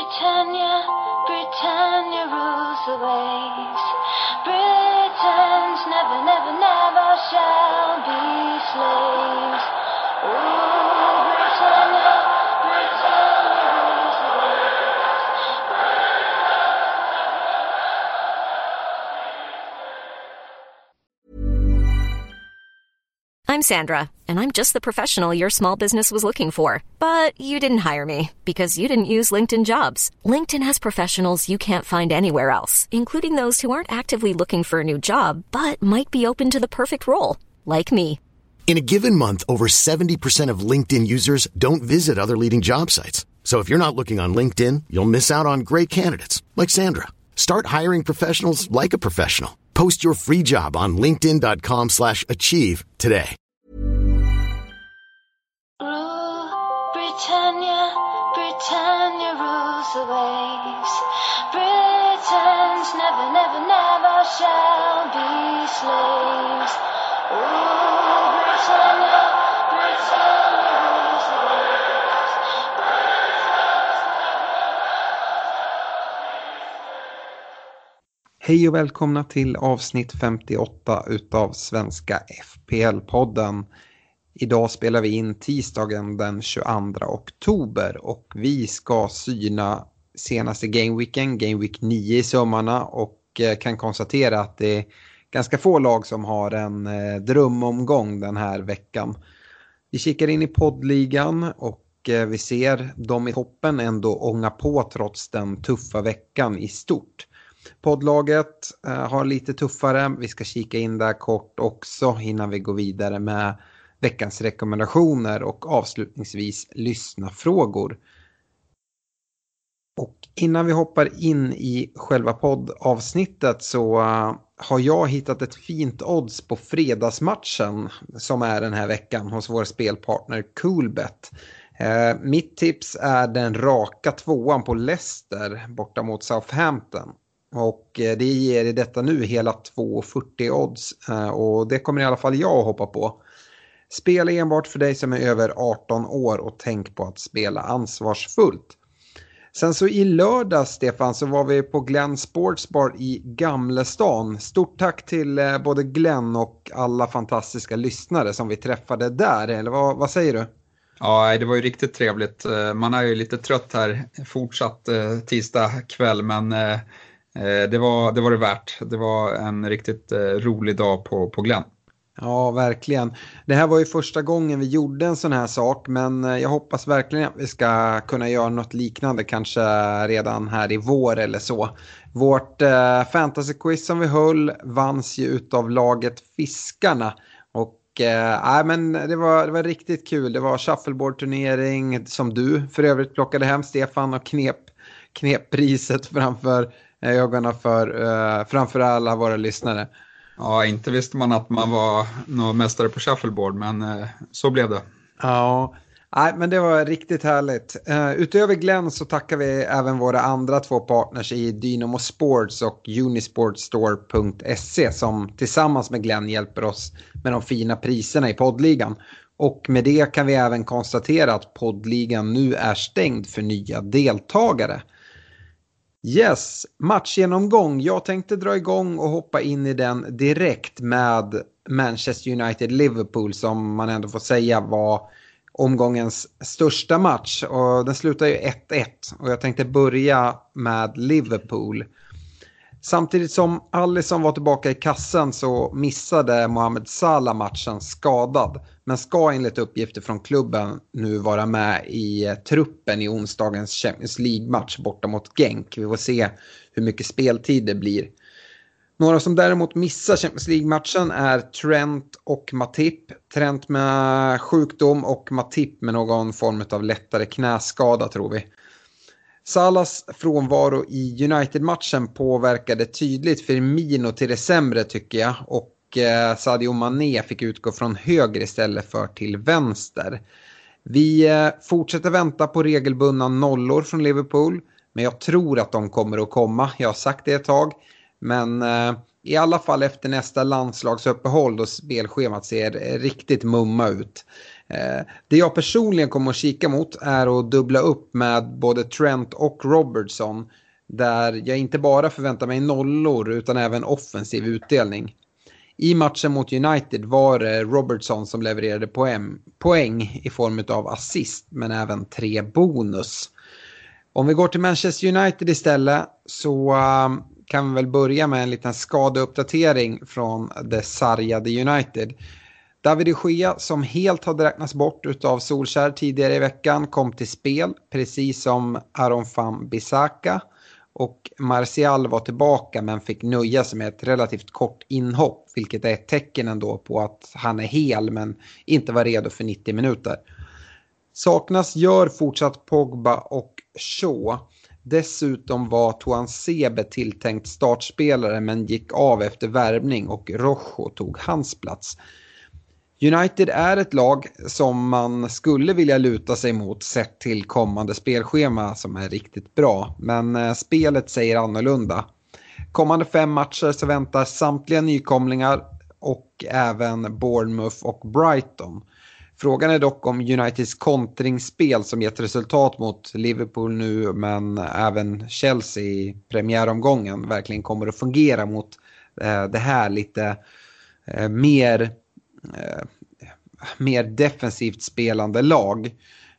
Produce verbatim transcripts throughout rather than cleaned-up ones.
Britannia, Britannia rules the waves. Britons never, never, never shall be slaves. Oh, Britannia, Britannia rules the waves. I'm Sandra, and I'm just the professional your small business was looking for. But you didn't hire me because you didn't use LinkedIn Jobs. LinkedIn has professionals you can't find anywhere else, including those who aren't actively looking for a new job, but might be open to the perfect role, like me. In a given month, over seventy percent of LinkedIn users don't visit other leading job sites. So if you're not looking on LinkedIn, you'll miss out on great candidates like Sandra. Start hiring professionals like a professional. Post your free job on linkedin dot com slash achieve today. Rule, Britannia, Britannia rules the waves. Britons never, never, never shall be slaves. Rule, Britannia, Britannia rules the waves. Hej och välkomna till avsnitt femtioåtta utav Svenska F P L-podden. Idag spelar vi in tisdagen den tjugoandra oktober och vi ska syna senaste gameweeken, gameweek nio i sömmarna, och kan konstatera att det är ganska få lag som har en drömomgång den här veckan. Vi kikar in i poddligan och vi ser dem i toppen ändå ånga på trots den tuffa veckan i stort. Poddlaget uh, har lite tuffare. Vi ska kika in där kort också innan vi går vidare med veckans rekommendationer och avslutningsvis lyssna frågor. Och innan vi hoppar in i själva poddavsnittet så uh, har jag hittat ett fint odds på fredagsmatchen som är den här veckan hos vår spelpartner Coolbet. Uh, mitt tips är den raka tvåan på Leicester borta mot Southampton. Och det ger i detta nu hela två fyrtio odds och det kommer i alla fall jag att hoppa på. Spela enbart för dig som är över arton år och tänk på att spela ansvarsfullt. Sen så i lördag, Stefan, så var vi på Glenn Sportsbar i Gamlestan. Stort tack till både Glenn och alla fantastiska lyssnare som vi träffade där. Eller vad, vad säger du? Ja, det var ju riktigt trevligt. Man är ju lite trött här fortsatt tisdag kväll, men Det var, det var det värt. Det var en riktigt eh, rolig dag på, på Glenn. Ja, verkligen. Det här var ju första gången vi gjorde en sån här sak, men jag hoppas verkligen att vi ska kunna göra något liknande kanske redan här i vår eller så. Vårt eh, fantasy-quiz som vi höll vanns ju utav laget Fiskarna. Och eh, men det var, det var riktigt kul. Det var shuffleboard-turnering som du för övrigt plockade hem, Stefan, och knep, knep priset framför ögonen för uh, framför alla våra lyssnare. Ja, inte visste man att man var någon mästare på shuffleboard, men uh, så blev det. Ja, nej, men det var riktigt härligt. Uh, utöver Glenn så tackar vi även våra andra två partners i Dynamo Sports och unisportstore punkt se som tillsammans med Glenn hjälper oss med de fina priserna i poddligan. Och med det kan vi även konstatera att poddligan nu är stängd för nya deltagare. Yes, matchgenomgång. Jag tänkte dra igång och hoppa in i den direkt med Manchester United-Liverpool som man ändå får säga var omgångens största match. Och den slutar ju ett ett och jag tänkte börja med Liverpool. Samtidigt som Alisson var tillbaka i kassen så missade Mohamed Salah matchen skadad. Men ska enligt uppgifter från klubben nu vara med i truppen i onsdagens Champions League-match borta mot Genk. Vi får se hur mycket speltid det blir. Några som däremot missar Champions League-matchen är Trent och Matip. Trent med sjukdom och Matip med någon form av lättare knäskada tror vi. Salahs frånvaro i United-matchen påverkade tydligt Firmino till det sämre tycker jag. Och eh, Sadio Mané fick utgå från höger istället för till vänster. Vi eh, fortsätter vänta på regelbundna nollor från Liverpool. Men jag tror att de kommer att komma. Jag har sagt det ett tag. Men eh, i alla fall efter nästa landslagsuppehåll då spelschemat ser riktigt mumma ut. Det jag personligen kommer att kika mot är att dubbla upp med både Trent och Robertson, där jag inte bara förväntar mig nollor utan även offensiv utdelning. I matchen mot United var det Robertson som levererade poäng, poäng i form av assist, men även tre bonus. Om vi går till Manchester United istället så uh, kan vi väl börja med en liten skadeuppdatering från det sargade United. David de Gea, som helt hade räknats bort av Solskjaer tidigare i veckan, kom till spel, precis som Aaron Wan-Bissaka. Och Martial var tillbaka men fick nöja sig med ett relativt kort inhopp, vilket är ett tecken ändå på att han är hel men inte var redo för nittio minuter. Saknas gör fortsatt Pogba och Shaw. Dessutom var Tuan Sebe tilltänkt startspelare men gick av efter värvning och Rojo tog hans plats. United är ett lag som man skulle vilja luta sig mot sett till kommande spelschema som är riktigt bra. Men eh, spelet säger annorlunda. Kommande fem matcher så väntar samtliga nykomlingar och även Bournemouth och Brighton. Frågan är dock om Uniteds kontringsspel som gett resultat mot Liverpool nu men även Chelsea i premiäromgången verkligen kommer att fungera mot eh, det här lite eh, mer... Eh, mer defensivt spelande lag.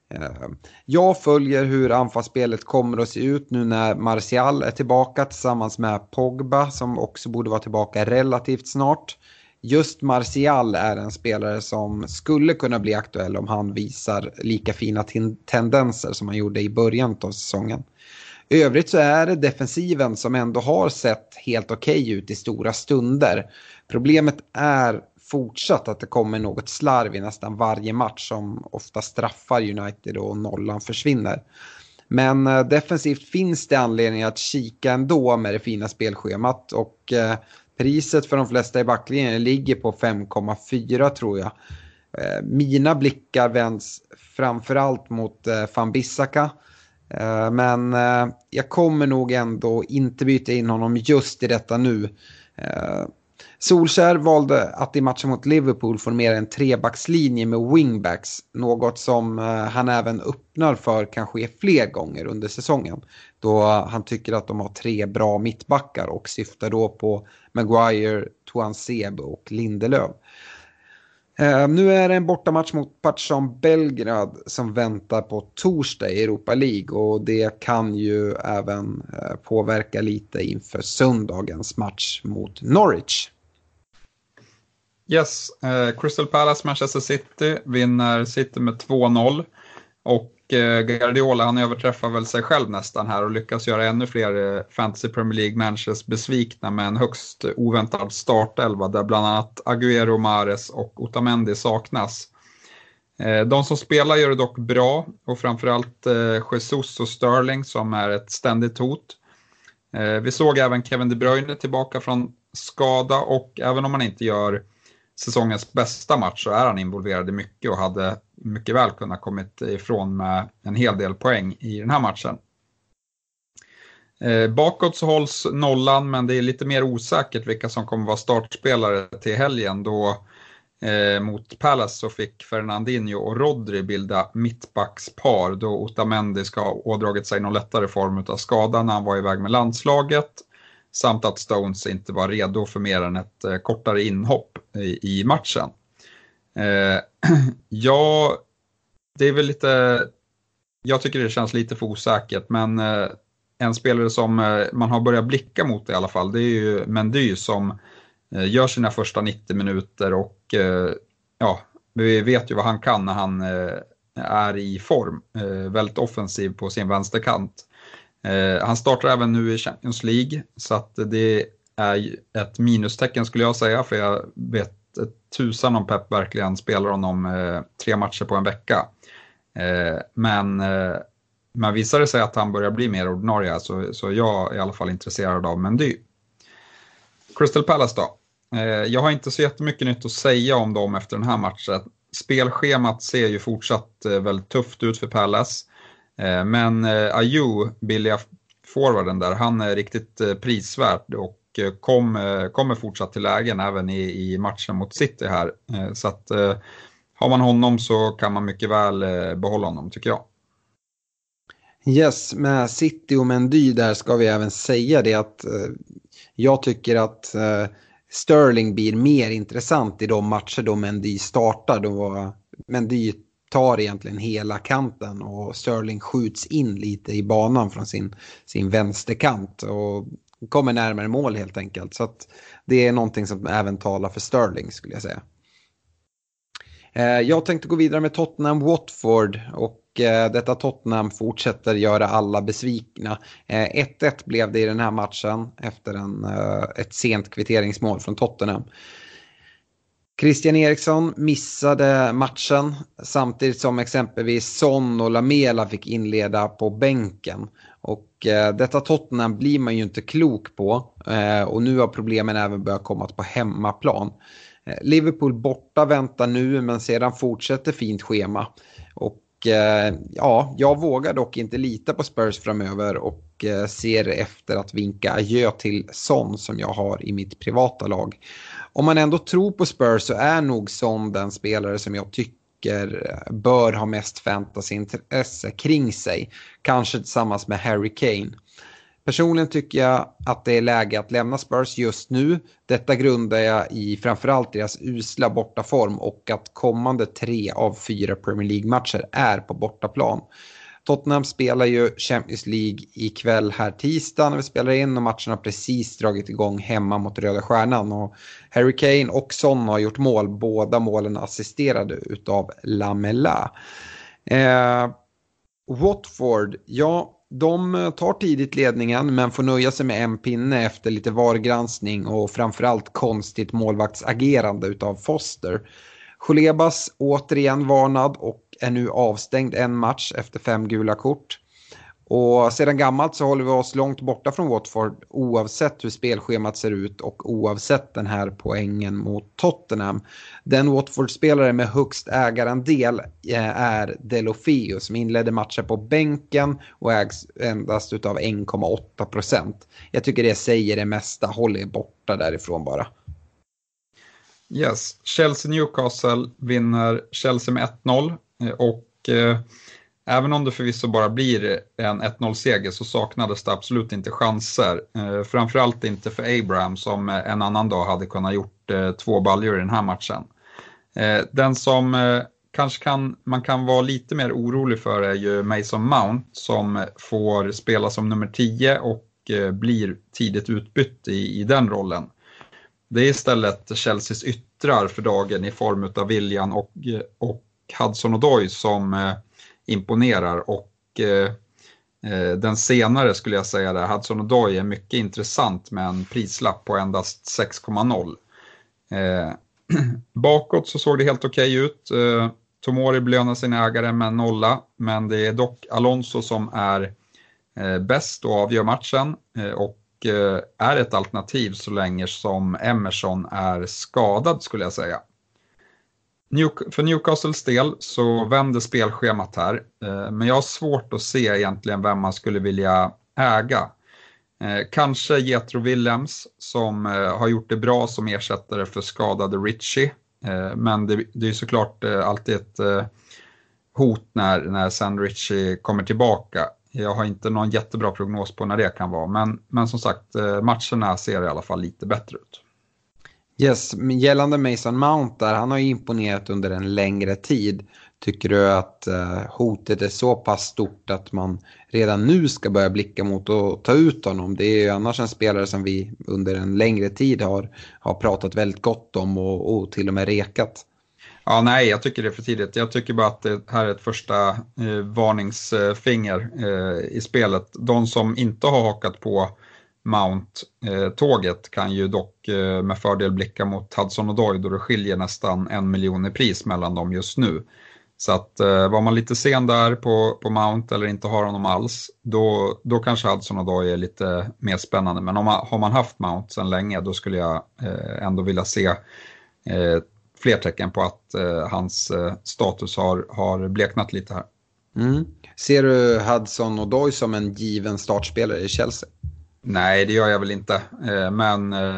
Jag följer hur anfallsspelet kommer att se ut nu när Martial är tillbaka tillsammans med Pogba som också borde vara tillbaka relativt snart. Just Martial är en spelare som skulle kunna bli aktuell om han visar lika fina t- tendenser som han gjorde i början av säsongen. I övrigt så är det defensiven som ändå har sett helt okej okay ut i stora stunder. Problemet är fortsatt att det kommer något slarv i nästan varje match som ofta straffar United och nollan försvinner. Men eh, defensivt finns det anledning att kika ändå med det fina spelschemat och eh, priset för de flesta i backlinjen ligger på fem komma fyra tror jag. Eh, mina blickar vänds framförallt mot eh, Wan-Bissaka. Eh, men eh, jag kommer nog ändå inte byta in honom just i detta nu. Eh, Solskjaer valde att i matchen mot Liverpool formera en trebackslinje med wingbacks, något som han även öppnar för kan ske fler gånger under säsongen, då han tycker att de har tre bra mittbackar och syftar då på Maguire, Tuan Sebe och Lindelöf. Nu är det en bortamatch mot Partizan Belgrad som väntar på torsdag i Europa League och det kan ju även påverka lite inför söndagens match mot Norwich. Yes, eh, Crystal Palace Manchester City vinner City med två noll och eh, Guardiola han överträffar väl sig själv nästan här och lyckas göra ännu fler eh, Fantasy Premier League Manchester besvikna med en högst oväntad startelva där bland annat Agüero, Mahrez och Otamendi saknas. Eh, de som spelar gör det dock bra och framförallt eh, Jesus och Sterling som är ett ständigt hot. Eh, vi såg även Kevin De Bruyne tillbaka från skada och även om man inte gör säsongens bästa match så är han involverad i mycket och hade mycket väl kunnat kommit ifrån med en hel del poäng i den här matchen. Eh, bakåt så hålls nollan men det är lite mer osäkert vilka som kommer vara startspelare till helgen då eh, mot Palace så fick Fernandinho och Rodri bilda mittbackspar då Otamendi ska ha ådragit sig någon lättare form av skada när han var iväg med landslaget. Samt att Stones inte var redo för mer än ett eh, kortare inhopp i, i matchen. Eh, ja, det är väl lite... Jag tycker det känns lite för osäkert. Men eh, en spelare som eh, man har börjat blicka mot i alla fall. Det är ju Mendy som eh, gör sina första nittio minuter. Och eh, ja, vi vet ju vad han kan när han eh, är i form. Eh, väldigt offensiv på sin vänsterkant. Eh, han startar även nu i Champions League så att det är ett minustecken skulle jag säga för jag vet tusan om Pep verkligen spelar honom eh, tre matcher på en vecka. Eh, men, eh, men visar det sig att han börjar bli mer ordinarie så, så jag är i alla fall intresserad av Mendy. Crystal Palace då. Eh, jag har inte så jättemycket nytt att säga om dem efter den här matchen. Spelschemat ser ju fortsatt eh, väldigt tufft ut för Palace. Men Ayew, billiga forwarden där, han är riktigt prisvärd och kom, kommer fortsatt till lägen även i, i matchen mot City här. Så att har man honom så kan man mycket väl behålla honom, tycker jag. Yes, med City och Mendy där ska vi även säga det att eh, jag tycker att eh, Sterling blir mer intressant i de matcher då Mendy startar. Då Mendy tar egentligen hela kanten och Sterling skjuts in lite i banan från sin, sin vänsterkant och kommer närmare mål helt enkelt. Så att det är någonting som även talar för Sterling, skulle jag säga. Eh, jag tänkte gå vidare med Tottenham Watford och detta Tottenham fortsätter göra alla besvikna. ett ett blev det i den här matchen efter en, ett sent kvitteringsmål från Tottenham. Christian Eriksen missade matchen samtidigt som exempelvis Son och Lamela fick inleda på bänken. Och detta Tottenham blir man ju inte klok på och nu har problemen även börjat komma på hemmaplan. Liverpool borta väntar nu, men sedan fortsätter fint schema. Och ja, jag vågar dock inte lita på Spurs framöver och ser efter att vinka adjö till Son som jag har i mitt privata lag. Om man ändå tror på Spurs så är nog Son den spelare som jag tycker bör ha mest fantasyintresse kring sig. Kanske tillsammans med Harry Kane. Personligen tycker jag att det är läge att lämna Spurs just nu. Detta grundar jag i framförallt deras usla bortaform och att kommande tre av fyra Premier League-matcher är på bortaplan. Tottenham spelar ju Champions League ikväll här tisdag när vi spelar in och matchen har precis dragit igång hemma mot Röda Stjärnan. Och Harry Kane och Son har gjort mål, båda målen assisterade utav Lamela. Eh, Watford, ja... De tar tidigt ledningen men får nöja sig med en pinne efter lite vargranskning och framförallt konstigt målvaktsagerande utav Foster. Cholebas återigen varnad och är nu avstängd en match efter fem gula kort. Och sedan gammalt så håller vi oss långt borta från Watford oavsett hur spelschemat ser ut och oavsett den här poängen mot Tottenham. Den Watford-spelare med högst ägarandel är Delofeu som inledde matchen på bänken och ägs endast utav en komma åtta procent. Jag tycker det säger det mesta, håll er borta därifrån bara. Yes, Chelsea-Newcastle vinner Chelsea med ett noll och eh, även om det förvisso bara blir en ett noll-seger så saknades det absolut inte chanser. Eh, framförallt inte för Abraham som en annan dag hade kunnat gjort eh, två baljor i den här matchen. Eh, den som eh, kanske kan, man kan vara lite mer orolig för är ju Mason Mount som får spela som nummer tio och eh, blir tidigt utbytt i, i den rollen. Det är istället Chelseas yttrar för dagen i form av Willian och, och Hudson-Odoi som eh, imponerar och eh, den senare skulle jag säga där, Hudson-Odoi är mycket intressant med en prislapp på endast sex komma noll. Eh, bakåt så såg det helt okej ut. Eh, Tomori belönar sin ägare med nolla, men det är dock Alonso som är eh, bäst och avgör matchen eh, och eh, är ett alternativ så länge som Emerson är skadad skulle jag säga. New, för Newcastles del så vänder spelschemat här, eh, men jag har svårt att se egentligen vem man skulle vilja äga. Eh, kanske Jethro Willems som eh, har gjort det bra som ersättare för skadade Richie, eh, men det, det är såklart eh, alltid ett eh, hot när, när San Richie kommer tillbaka. Jag har inte någon jättebra prognos på när det kan vara, men, men som sagt eh, matcherna ser i alla fall lite bättre ut. Yes, gällande Mason Mount där, han har ju imponerat under en längre tid. Tycker du att eh, hotet är så pass stort att man redan nu ska börja blicka mot att ta ut honom? Det är ju annars en spelare som vi under en längre tid har, har pratat väldigt gott om och, och till och med rekat. Ja, nej, jag tycker det är för tidigt. Jag tycker bara att det här är ett första eh, varningsfinger eh, i spelet. De som inte har hakat på Mount-tåget kan ju dock eh, med fördel blicka mot Hudson-Odoi då det skiljer nästan en miljon i pris mellan dem just nu. Så att eh, var man lite sen där på, på Mount eller inte har honom alls, då, då kanske Hudson-Odoi är lite mer spännande. Men om man, har man haft Mount sedan länge, då skulle jag eh, ändå vilja se eh, fler tecken på att eh, hans eh, status har, har bleknat lite här. Mm. Ser du Hudson-Odoi som en given startspelare i Chelsea? Nej, det gör jag väl inte. Men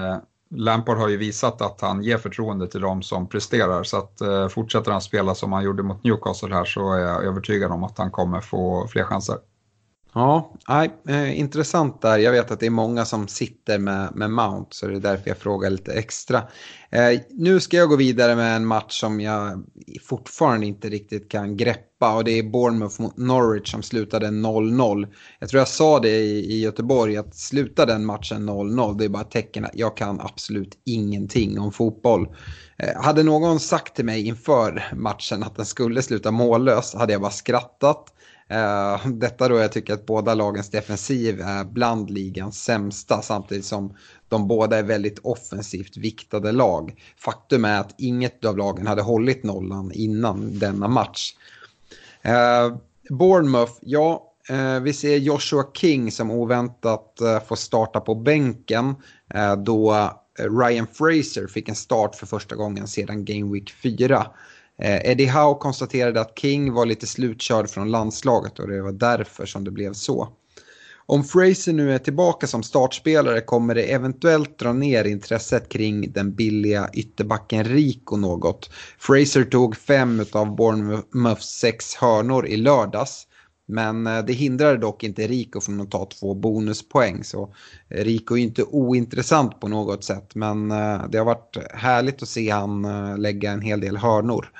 Lampard har ju visat att han ger förtroende till dem som presterar, så att eh, fortsätter han spela som han gjorde mot Newcastle här, så är jag övertygad om att han kommer få fler chanser. Ja, nej, eh, intressant där. Jag vet att det är många som sitter med, med Mount, så det är därför jag frågar lite extra. Eh, nu ska jag gå vidare med en match som jag fortfarande inte riktigt kan greppa, och det är Bournemouth mot Norwich som slutade noll noll. Jag tror jag sa det i, i Göteborg, att sluta den matchen noll noll, det är bara ett tecken att jag kan absolut ingenting om fotboll. Eh, hade någon sagt till mig inför matchen att den skulle sluta mållös, hade jag bara skrattat. Uh, detta då jag tycker att båda lagens defensiv är bland ligans sämsta, samtidigt som de båda är väldigt offensivt viktade lag. Faktum är att inget av lagen hade hållit nollan innan denna match. Uh, Bournemouth, ja, uh, vi ser Joshua King som oväntat uh, får starta på bänken uh, då Ryan Fraser fick en start för första gången sedan Game Week fyra. Eh, Eddie Howe konstaterade att King var lite slutkörd från landslaget, och det var därför som det blev så. Om Fraser nu är tillbaka som startspelare kommer det eventuellt dra ner intresset kring den billiga ytterbacken Rico något. Fraser tog fem av Bournemouths sex hörnor i lördags, men det hindrade dock inte Rico från att ta två bonuspoäng, så Rico är inte ointressant på något sätt, men det har varit härligt att se han lägga en hel del hörnor.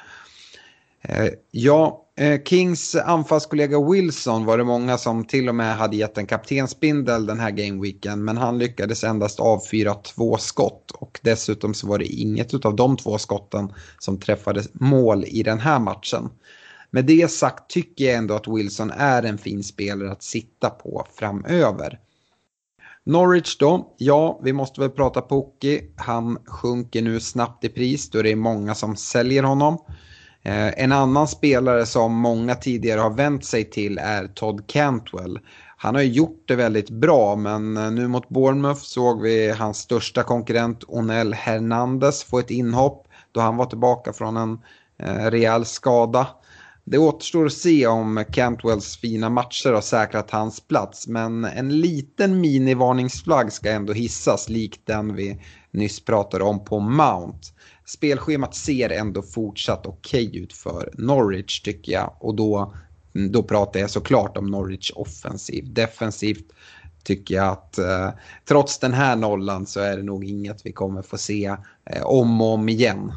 Ja, Kings anfallskollega Wilson var det många som till och med hade gett en kaptensbindel den här gameweeken, men han lyckades endast avfyra två skott, och dessutom så var det inget av de två skotten som träffade mål i den här matchen. Med det sagt tycker jag ändå att Wilson är en fin spelare att sitta på framöver. Norwich då, ja, vi måste väl prata Pukki. Han sjunker nu snabbt i pris då det är många som säljer honom. Eh, en annan spelare som många tidigare har vänt sig till är Todd Cantwell. Han har ju gjort det väldigt bra, men nu mot Bournemouth såg vi hans största konkurrent Onel Hernandez få ett inhopp då han var tillbaka från en eh, rejäl skada. Det återstår att se om Cantwells fina matcher har säkrat hans plats, men en liten minivarningsflagg ska ändå hissas, likt den vi nyss pratade om på Mount. Spelschemat ser ändå fortsatt okej ut för Norwich tycker jag, och då, då pratar jag såklart om Norwich offensiv. Defensivt tycker jag att eh, trots den här nollan så är det nog inget vi kommer få se eh, om och om igen.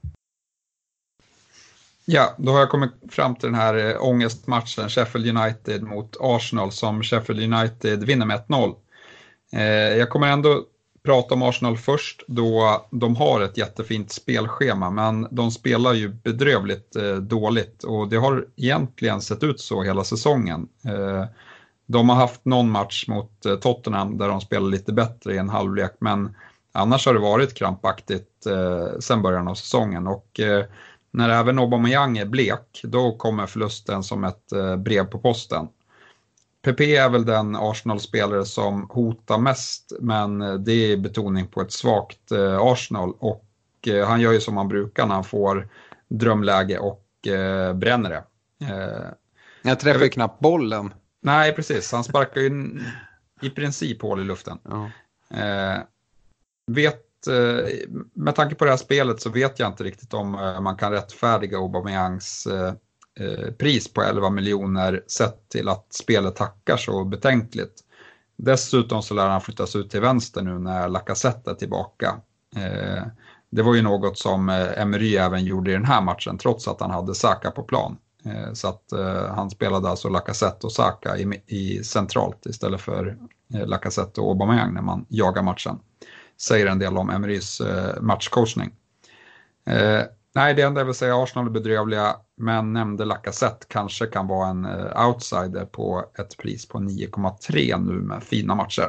Ja, då har jag kommit fram till den här äh, ångestmatchen Sheffield United mot Arsenal som Sheffield United vinner med ett noll. Eh, jag kommer ändå prata om Arsenal först då de har ett jättefint spelschema, men de spelar ju bedrövligt eh, dåligt, och det har egentligen sett ut så hela säsongen. Eh, de har haft någon match mot eh, Tottenham där de spelar lite bättre i en halvlek, men annars har det varit krampaktigt eh, sedan början av säsongen, och eh, när även Aubameyang är blek, då kommer förlusten som ett eh, brev på posten. P P är väl den Arsenal-spelare som hotar mest, men det är betoning på ett svagt eh, Arsenal, och eh, han gör ju som han brukar när han får drömläge och eh, bränner det. Eh, jag träffar ju knappt bollen. Nej, precis. Han sparkar ju i princip hål i luften. Ja. Eh, vet Med tanke på det här spelet så vet jag inte riktigt om man kan rättfärdiga Aubameyangs pris på elva miljoner sett till att spelet hackar så betänkligt. Dessutom så lär han flyttas ut till vänster nu när Lacazette är tillbaka. Det var ju något som Emery även gjorde i den här matchen trots att han hade Saka på plan. Så att han spelade alltså Lacazette och Saka i, i centralt istället för Lacazette och Aubameyang när man jagar matchen. Säger en del om Emerys eh, matchcoachning. Eh, nej, det enda jag vill säga, Arsenal är bedrövliga, men nämnde Lacazette kanske kan vara en eh, outsider på ett pris på nio komma tre nu med fina matcher.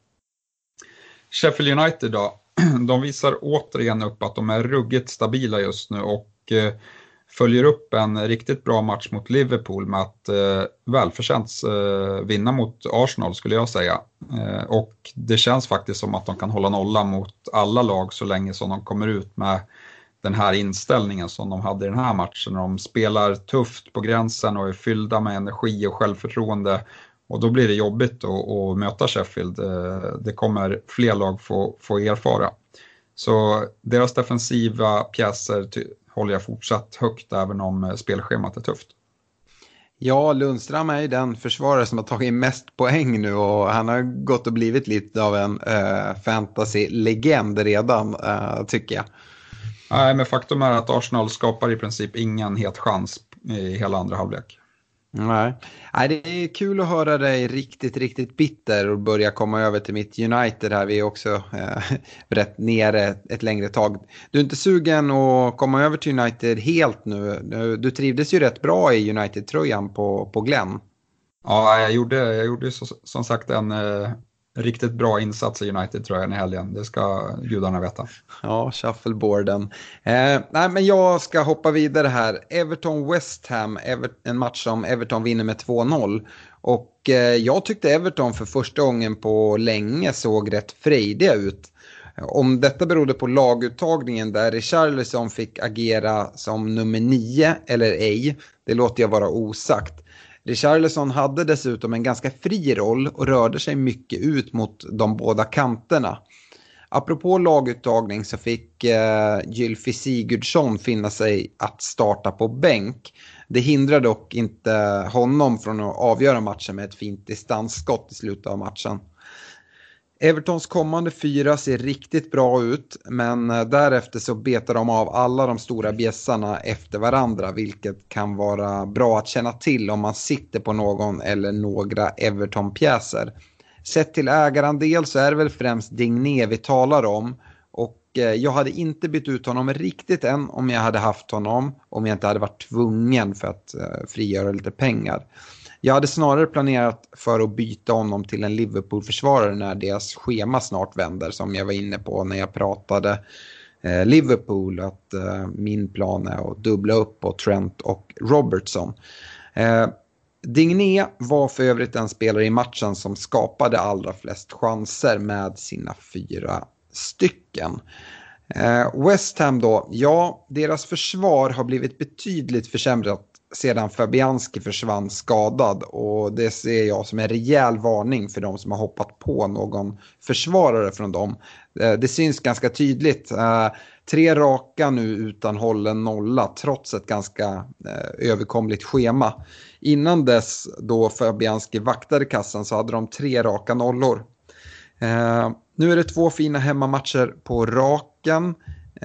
Sheffield United då, de visar återigen upp att de är ruggigt stabila just nu, och eh, följer upp en riktigt bra match mot Liverpool med att eh, välförtjänt eh, vinna mot Arsenal skulle jag säga. Eh, och det känns faktiskt som att de kan hålla nolla mot alla lag så länge som de kommer ut med den här inställningen som de hade i den här matchen. De spelar tufft på gränsen och är fyllda med energi och självförtroende, och då blir det jobbigt att, att möta Sheffield. Eh, det kommer fler lag få, få erfara. Så deras defensiva pjäser ty- håller jag fortsatt högt även om spelschemat är tufft. Ja, Lundström är ju den försvarare som har tagit mest poäng nu och han har gått och blivit lite av en uh, fantasy-legend redan, uh, tycker jag. Nej, men faktum är att Arsenal skapar i princip ingen het chans i hela andra halvlek. Nej. Nej, det är kul att höra dig riktigt, riktigt bitter och börja komma över till mitt United här. Vi är också eh, rätt nere ett längre tag. Du är inte sugen att komma över till United helt nu? Du, du trivdes ju rätt bra i United-tröjan på, på Glenn. Ja, jag gjorde, jag gjorde så, som sagt en eh, riktigt bra insats i United-tröjan i helgen. Det ska gudarna veta. Ja, shuffleboarden. Eh, nej, men jag ska hoppa vidare här. Everton-West Ham, Ever- en match som Everton vinner med två noll. Och eh, jag tyckte Everton för första gången på länge såg rätt frejdiga ut. Om detta berodde på laguttagningen där Richarlison fick agera som nummer nio eller ej, det låter jag vara osagt. Richarlison hade dessutom en ganska fri roll och rörde sig mycket ut mot de båda kanterna. Apropå laguttagning så fick eh, Gylfi Sigurdsson finna sig att starta på bänk. Det hindrar dock inte honom från att avgöra matchen med ett fint distansskott i slutet av matchen. Evertons kommande fyra ser riktigt bra ut, men därefter så betar de av alla de stora bjässarna efter varandra, vilket kan vara bra att känna till om man sitter på någon eller några Everton-pjäser. Sett till ägarandel så är det väl främst Digné vi talar om, och jag hade inte bytt ut honom riktigt än om jag hade haft honom, om jag inte hade varit tvungen för att frigöra lite pengar. Jag hade snarare planerat för att byta honom till en Liverpool-försvarare när deras schema snart vänder, som jag var inne på när jag pratade eh, Liverpool, att eh, min plan är att dubbla upp på Trent och Robertson. Eh, Digné var för övrigt en spelare i matchen som skapade allra flest chanser med sina fyra stycken. Eh, West Ham då, ja, deras försvar har blivit betydligt försämrat sedan Fabianski försvann skadad, och det ser jag som en rejäl varning för de som har hoppat på någon försvarare från dem. Det syns ganska tydligt. Tre raka nu utan hållen nolla trots ett ganska överkomligt schema. Innan dess då Fabianski vaktade kassan så hade de tre raka nollor. Nu är det två fina hemmamatcher på raken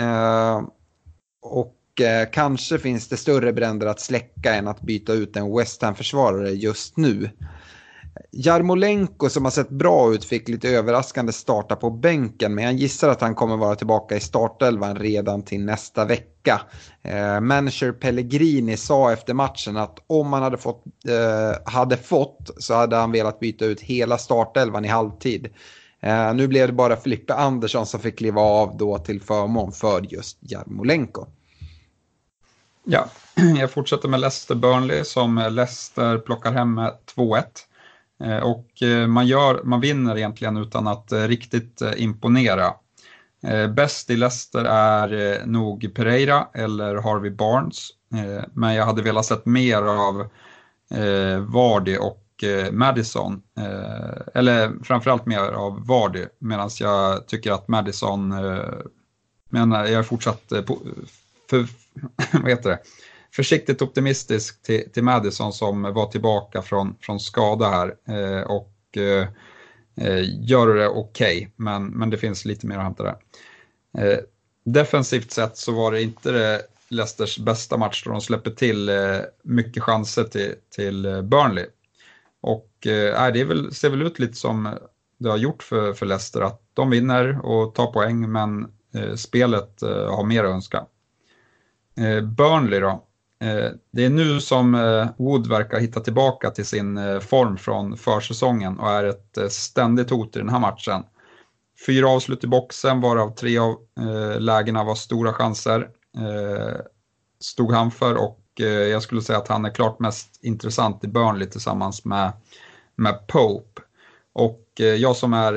och kanske finns det större bränder att släcka än att byta ut en West Ham-försvarare just nu. Jarmolenko, som har sett bra ut, fick lite överraskande starta på bänken, men jag gissar att han kommer vara tillbaka i startelvan redan till nästa vecka. Eh, manager Pellegrini sa efter matchen att om han hade fått, eh, hade fått så hade han velat byta ut hela startelvan i halvtid. Eh, nu blev det bara Filippe Andersson som fick kliva av då till förmån för just Jarmolenko. Ja, jag fortsätter med Leicester Burnley, som Leicester plockar hem med två ett. Och man, gör, man vinner egentligen utan att riktigt imponera. Bäst i Leicester är nog Pereira eller Harvey Barnes. Men jag hade velat sett mer av Vardy och Maddison. Eller framförallt mer av Vardy. Medan jag tycker att Maddison, menar jag är fortsatt för, vad heter det? försiktigt optimistisk till, till Maddison, som var tillbaka från, från skada här eh, och eh, gör det okej, okay, men, men det finns lite mer att hämta där. Eh, defensivt sett så var det inte det Leicesters bästa match då de släpper till eh, mycket chanser till, till Burnley. Och eh, det är väl, ser väl ut lite som det har gjort för, för Leicester, att de vinner och tar poäng, men eh, spelet eh, har mer att önska. Eh, Burnley då. Det är nu som Wood verkar hitta tillbaka till sin form från försäsongen och är ett ständigt hot i den här matchen. Fyra avslut i boxen, varav tre av lägena var stora chanser, stod han för, och jag skulle säga att han är klart mest intressant i Burnley tillsammans med, med Pope. Och jag som är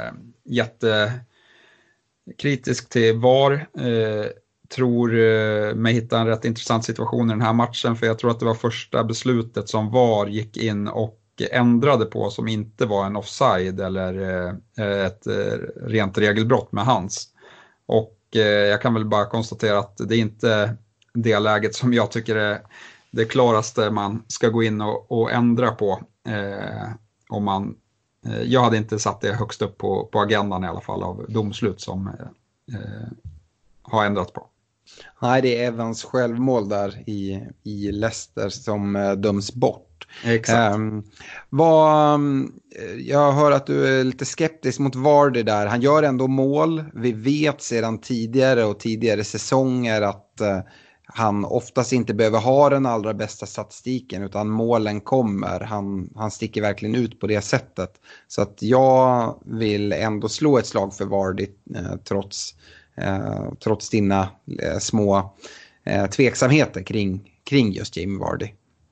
jättekritisk till V A R tror mig hitta en rätt intressant situation i den här matchen, för jag tror att det var första beslutet som V A R gick in och ändrade på, som inte var en offside eller ett rent regelbrott med hands. Och eh, jag kan väl bara konstatera att det är inte det läget som jag tycker är det klaraste man ska gå in och, och ändra på. Eh, om man, eh, jag hade inte satt det högst upp på, på agendan i alla fall av domslut som eh, har ändrat på. Nej, det är Evans självmål där i, i Leicester som uh, döms bort. Exakt. Um, vad, um, jag hör att du är lite skeptisk mot Vardy där. Han gör ändå mål. Vi vet sedan tidigare och tidigare säsonger att uh, han oftast inte behöver ha den allra bästa statistiken utan målen kommer. Han, han sticker verkligen ut på det sättet. Så att jag vill ändå slå ett slag för Vardy uh, trots... Eh, trots dina eh, små eh, tveksamheter kring, kring just Jamie Vardy.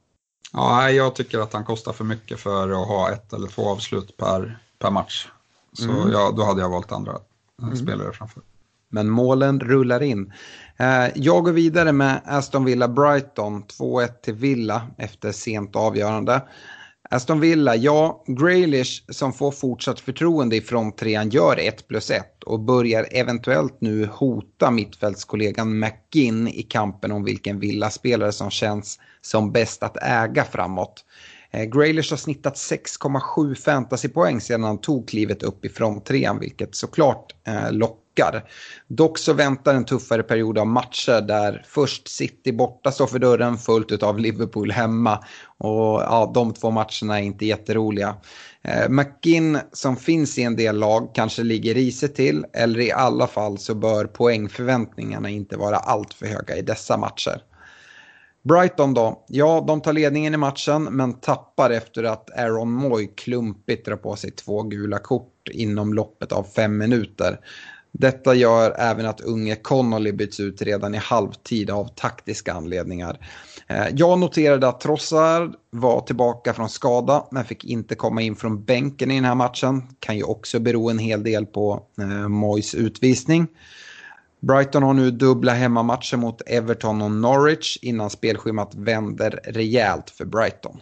Ja, jag tycker att han kostar för mycket för att ha ett eller två avslut per, per match. Så mm. ja, då hade jag valt andra mm. spelare framför. Men målen rullar in. Eh, jag går vidare med Aston Villa Brighton två ett till Villa efter sent avgörande. Aston Villa, ja, Grealish som får fortsatt förtroende i fronttrean gör ett plus ett och börjar eventuellt nu hota mittfältskollegan McGinn i kampen om vilken Villa-spelare som känns som bäst att äga framåt. Eh, Grealish har snittat sex komma sju fantasypoäng sedan han tog klivet upp i fronttrean, vilket såklart eh, lockar. Dock så väntar en tuffare period av matcher där först City borta står för dörren fullt av Liverpool hemma. Och ja, de två matcherna är inte jätteroliga. Eh, McGinn som finns i en del lag kanske ligger risigt till. Eller i alla fall så bör poängförväntningarna inte vara allt för höga i dessa matcher. Brighton då, ja de tar ledningen i matchen men tappar efter att Aaron Moy klumpigt drar på sig två gula kort inom loppet av fem minuter. Detta gör även att unge Connolly byts ut redan i halvtid av taktiska anledningar. Jag noterade att Trossard var tillbaka från skada men fick inte komma in från bänken i den här matchen. Kan ju också bero en hel del på eh, Moys utvisning. Brighton har nu dubbla hemmamatcher mot Everton och Norwich innan spelschemat vänder rejält för Brighton.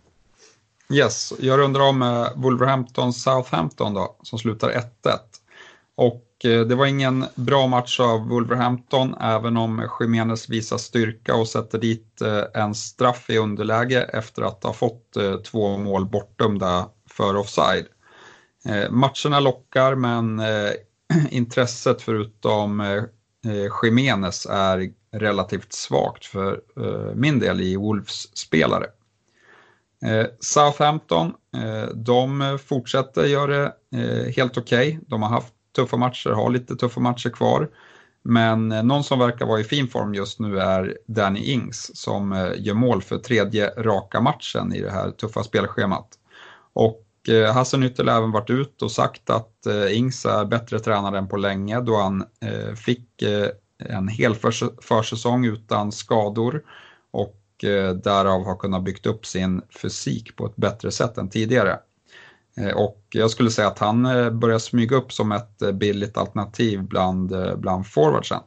Yes, jag undrar om Wolverhampton Southampton då, som slutar ett ett. Och det var ingen bra match av Wolverhampton även om Jimenez visar styrka och sätter dit en straff i underläge efter att ha fått två mål bortdömda för offside. Matcherna lockar men intresset förutom Jimenez är relativt svagt för min del i Wolves-spelare. Southampton, de fortsätter göra det helt okej. Okay. De har haft tuffa matcher, har lite tuffa matcher kvar. Men någon som verkar vara i fin form just nu är Danny Ings som gör mål för tredje raka matchen i det här tuffa spelschemat. Och Hasenhüttl har även varit ut och sagt att Ings är bättre tränare än på länge då han fick en hel försäsong utan skador och därav har kunnat byggt upp sin fysik på ett bättre sätt än tidigare. Och jag skulle säga att han börjar smyga upp som ett billigt alternativ bland, bland forwardsen.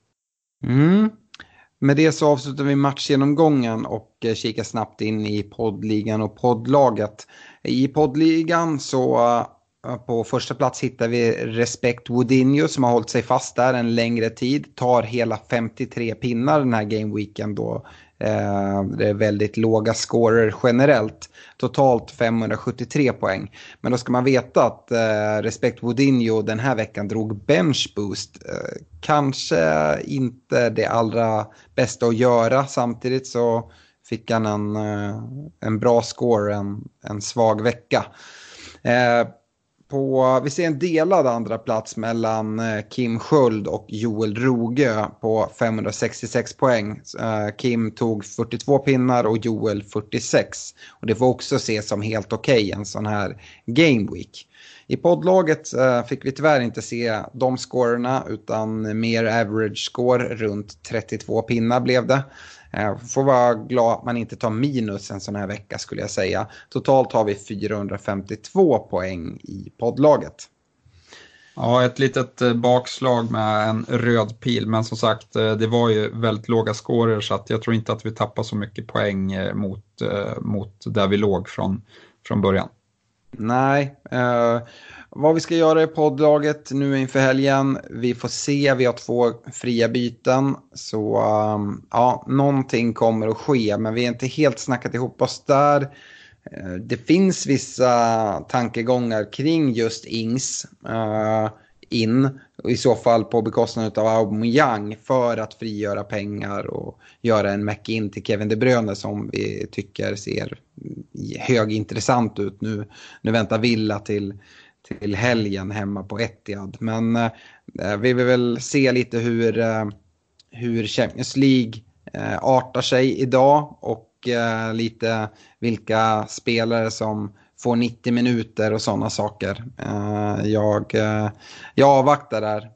Mm. Med det så avslutar vi matchgenomgången och kikar snabbt in i poddligan och poddlaget. I poddligan så på första plats hittar vi Respect Woodinho som har hållit sig fast där en längre tid. Tar hela femtiotre pinnar den här gameweeken då. Eh, det är väldigt låga scorer generellt. Totalt femhundrasjuttiotre poäng. Men då ska man veta att eh, Respect Woodinho den här veckan drog bench boost. Eh, kanske inte det allra bästa att göra. Samtidigt så fick han en, eh, en bra score en, en svag vecka. Eh, På, vi ser en delad andra plats mellan Kim Sköld och Joel Rogö på femhundrasextiosex poäng. Kim tog fyrtiotvå pinnar och Joel fyrtiosex. Och det får också ses som helt okej okay, en sån här game week. I poddlaget fick vi tyvärr inte se de scorerna utan mer average score runt trettiotvå pinnar blev det. Får vara glad att man inte tar minus en sån här vecka skulle jag säga. Totalt har vi fyrahundrafemtiotvå poäng i poddlaget. Ja, ett litet bakslag med en röd pil. Men som sagt, det var ju väldigt låga scorer så att jag tror inte att vi tappar så mycket poäng mot, mot där vi låg från, från början. Nej, uh, vad vi ska göra i poddlaget nu inför helgen, vi får se, vi har två fria byten, så um, ja, någonting kommer att ske, men vi är inte helt snackat ihop oss där. Uh, det finns vissa tankegångar kring just Ings uh, in, i så fall på bekostnad av Aubameyang, för att frigöra pengar och göra en Mac-in till Kevin De Bruyne som vi tycker ser högintressant ut. Nu, nu väntar Villa till, till helgen hemma på Etihad. Men eh, vi vill väl se lite hur, eh, hur Champions League eh, artar sig idag och eh, lite vilka spelare som får nittio minuter och sådana saker. Eh, jag, eh, jag avvaktar där.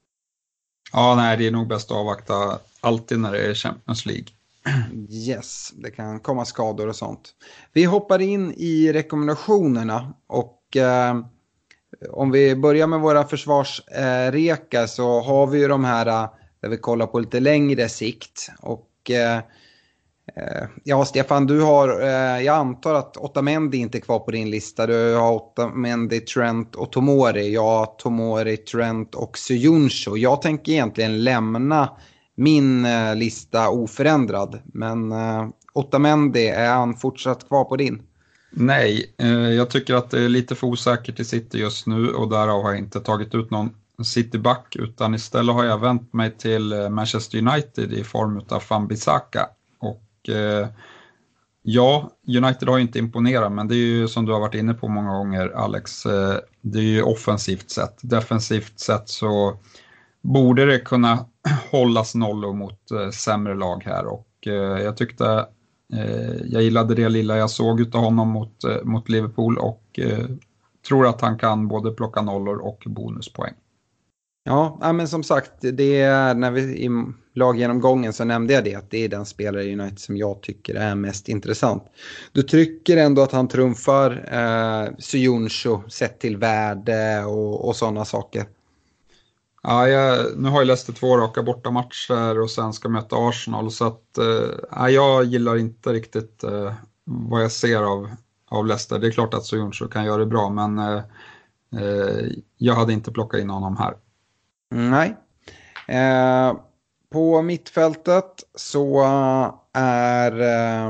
Ja, nej, det är nog bäst att avvakta alltid när det är Champions League. Yes, det kan komma skador och sånt. Vi hoppar in i rekommendationerna och eh, om vi börjar med våra försvarsrekar så har vi ju de här där vi kollar på lite längre sikt. Och eh, ja, Stefan, du har, eh, jag antar att Otamendi inte är kvar på din lista. Du har Otamendi, Trent och Tomori. Ja, Tomori, Trent och Söyüncü. Jag tänker egentligen lämna min eh, lista oförändrad. Men eh, Otamendi, är han fortsatt kvar på din? Nej, eh, jag tycker att det är lite för osäkert i City just nu och därav har jag inte tagit ut någon Cityback, utan istället har jag vänt mig till Manchester United i form av Wan-Bissaka. Och eh, ja, United har ju inte imponerat, men det är ju som du har varit inne på många gånger, Alex, eh, det är ju offensivt sett. Defensivt sett så borde det kunna hållas nollor mot eh, sämre lag här, och eh, jag tyckte eh, jag gillade det lilla jag såg utav honom mot, eh, mot Liverpool och eh, tror att han kan både plocka nollor och bonuspoäng. Ja, men som sagt, det är när vi i laggenomgången så nämnde jag det, att det är den spelare i United som jag tycker är mest intressant. Du trycker ändå att han trumfar eh, Söyüncü sett till värde och, och sådana saker. Ja, jag, nu har jag läst två raka bortamatcher och sen ska möta Arsenal, så att eh, jag gillar inte riktigt eh, vad jag ser av, av Leicester. Det är klart att Söyüncü kan göra det bra, men eh, eh, jag hade inte plockat in honom här. Nej. Eh, på mittfältet så är eh,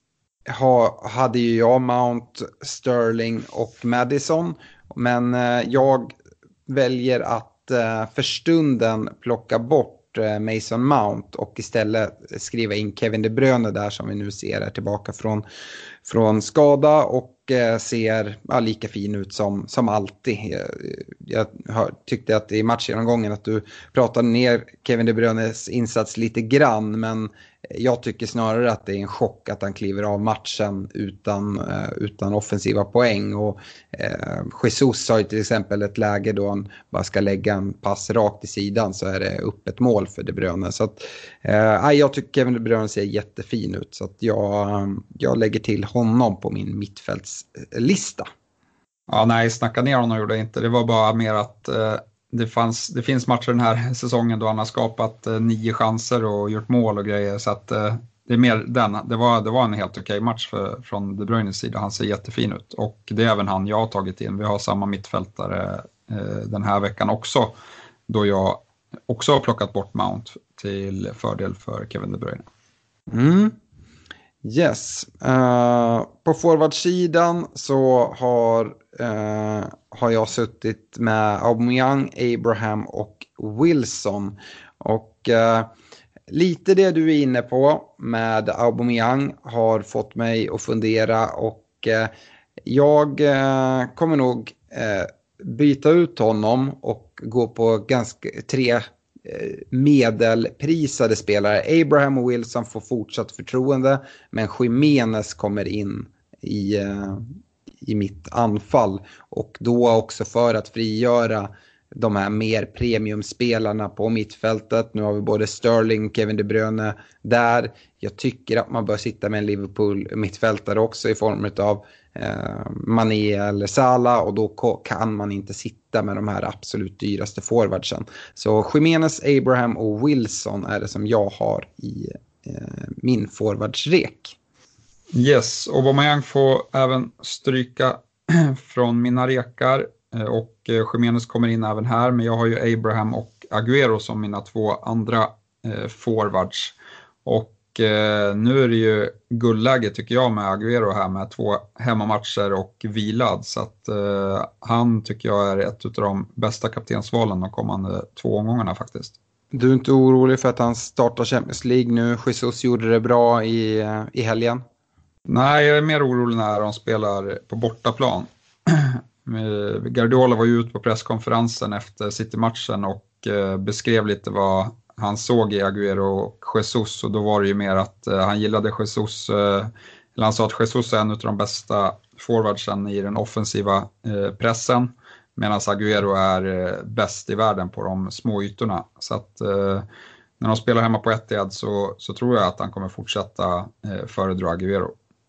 ha, hade ju jag Mount, Sterling och Maddison, men eh, jag väljer att eh, för stunden plocka bort eh, Mason Mount och istället skriva in Kevin De Bruyne där, som vi nu ser är tillbaka från, från skada och eh, ser ja, lika fin ut som, som alltid. Jag, jag hör, tyckte att i matchgenomgången att du pratade ner Kevin De Bruynes insats lite grann, men jag tycker snarare att det är en chock att han kliver av matchen utan, uh, utan offensiva poäng. Och uh, Jesus har ju till exempel ett läge då han bara ska lägga en pass rakt i sidan, så är det upp ett mål för De Bruyne. Så att, uh, jag tycker Kevin De Bruyne ser jättefin ut, så att jag, um, jag lägger till honom på min mittfältslista. Ja, nej, snacka ner honom gjorde jag inte. Det var bara mer att uh... Det, fanns, det finns matcher den här säsongen då han har skapat eh, nio chanser och gjort mål och grejer, så att eh, det är mer den. Det var, det var en helt okej match för, från De Bruynes sida. Han ser jättefin ut och det är även han jag har tagit in. Vi har samma mittfältare eh, den här veckan också, då jag också har plockat bort Mount till fördel för Kevin De Bruyne. Mm. Yes. Uh, på forwardsidan så har, uh, har jag suttit med Aubameyang, Abraham och Wilson. Och uh, lite det du är inne på med Aubameyang har fått mig att fundera, och uh, jag uh, kommer nog uh, byta ut honom och gå på ganska tre medelprisade spelare. Abraham och Wilson får fortsatt förtroende, men Jimenez kommer in i, i mitt anfall, och då också för att frigöra de här mer premiumspelarna på mittfältet. Nu har vi både Sterling och Kevin De Bruyne där. Jag tycker att man bör sitta med en Liverpool mittfältare också i form av eh, Mané eller Salah, och då kan man inte sitta med de här absolut dyraste forwardsen. Så Jimenez, Abraham och Wilson är det som jag har i eh, min forwardsrek. Yes, Aubameyang får även stryka från mina rekar och Jimenez kommer in även här, men jag har ju Abraham och Agüero som mina två andra forwards. Och nu är det ju guldläge tycker jag med Agüero här med två hemmamatcher och vilad, så att han tycker jag är ett av de bästa kaptensvalen de kommande två omgångarna faktiskt. Du är inte orolig för att han startar Champions League nu? Jesus gjorde det bra i, i helgen. Nej, jag är mer orolig när de spelar på bortaplan. Guardiola var ju ute på presskonferensen efter City-matchen och beskrev lite vad han såg i Agüero och Jesus, och då var det ju mer att han gillade Jesus, eller han sa att Jesus är en av de bästa forwardsen i den offensiva pressen, medan Agüero är bäst i världen på de små ytorna. Så att när de spelar hemma på Etihad så, så tror jag att han kommer fortsätta föredra Agüero.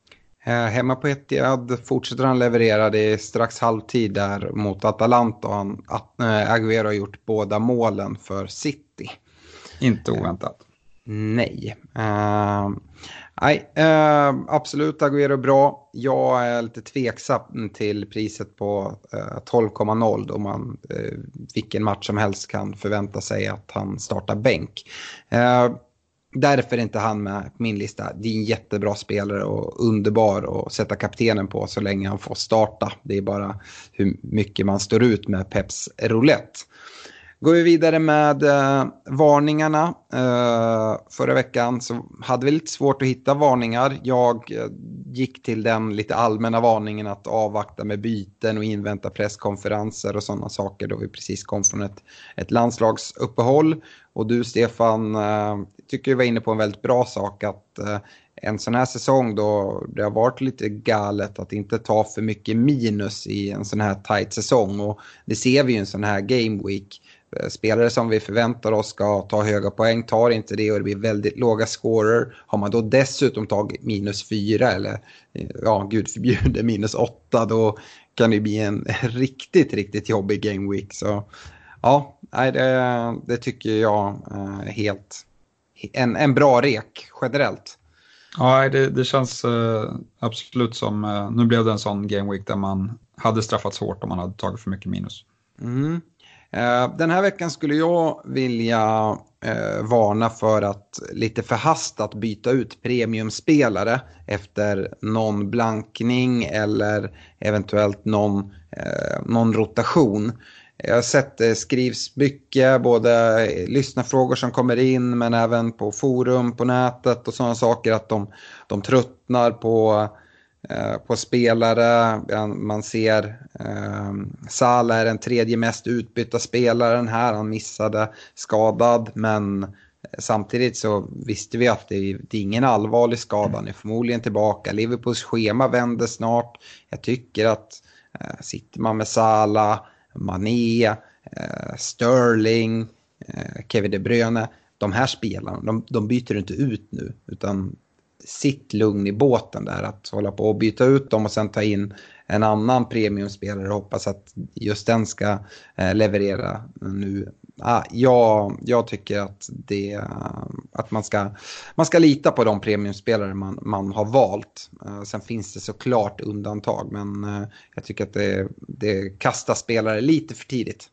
Hemma på Etihad fortsätter han leverera, det är strax halvtid där mot Atalanta och han, Agüero har gjort båda målen för City. Inte oväntat. Nej. Uh, nej, uh, absolut Agüero bra. Jag är lite tveksam till priset på uh, tolv komma noll då man uh, vilken match som helst kan förvänta sig att han startar bänk. Uh, Därför är inte han med på min lista. Det är en jättebra spelare och underbar att sätta kaptenen på så länge han får starta. Det är bara hur mycket man står ut med Peps roulette. Går vi vidare med eh, varningarna. Eh, förra veckan så hade vi lite svårt att hitta varningar. Jag eh, gick till den lite allmänna varningen att avvakta med byten och invänta presskonferenser och sådana saker då vi precis kom från ett, ett landslagsuppehåll. Och du Stefan eh, tycker jag var inne på en väldigt bra sak att eh, en sån här säsong då det har varit lite galet att inte ta för mycket minus i en sån här tight säsong, och det ser vi ju en sån här game week. Spelare som vi förväntar oss ska ta höga poäng tar inte det och det blir väldigt låga scorer. Har man då dessutom tagit minus fyra eller ja, gud förbjuder minus åtta, då kan det bli en riktigt, riktigt jobbig game week. Så ja, det, det tycker jag är helt en, en bra rek generellt. Ja, det, det känns uh, absolut som, uh, nu blev det en sån game week där man hade straffats hårt om man hade tagit för mycket minus. Mm. Uh, den här veckan skulle jag vilja uh, varna för att lite förhastat byta ut premiumspelare efter någon blankning eller eventuellt någon, uh, någon rotation. Jag har sett det skrivs mycket, både lyssnarfrågor som kommer in men även på forum, på nätet och sådana saker att de, de tröttnar på, eh, på spelare. Man ser eh, Salah är den tredje mest utbytta spelaren här, han missade skadad, men samtidigt så visste vi att det, det är ingen allvarlig skada, han är förmodligen tillbaka. Liverpools schema vänder snart. Jag tycker att eh, sitter man med Salah, Mané, eh, Sterling, eh, Kevin De Bruyne, de här spelarna, de, de byter inte ut nu, utan sitt lugn i båten där att hålla på och byta ut dem och sen ta in en annan premiumspelare och hoppas att just den ska eh, leverera nu. Ah, jag, jag tycker att, det, att man, ska, man ska lita på de premiumspelare man, man har valt. Uh, sen finns det såklart undantag, men uh, jag tycker att det, det kastar spelare lite för tidigt.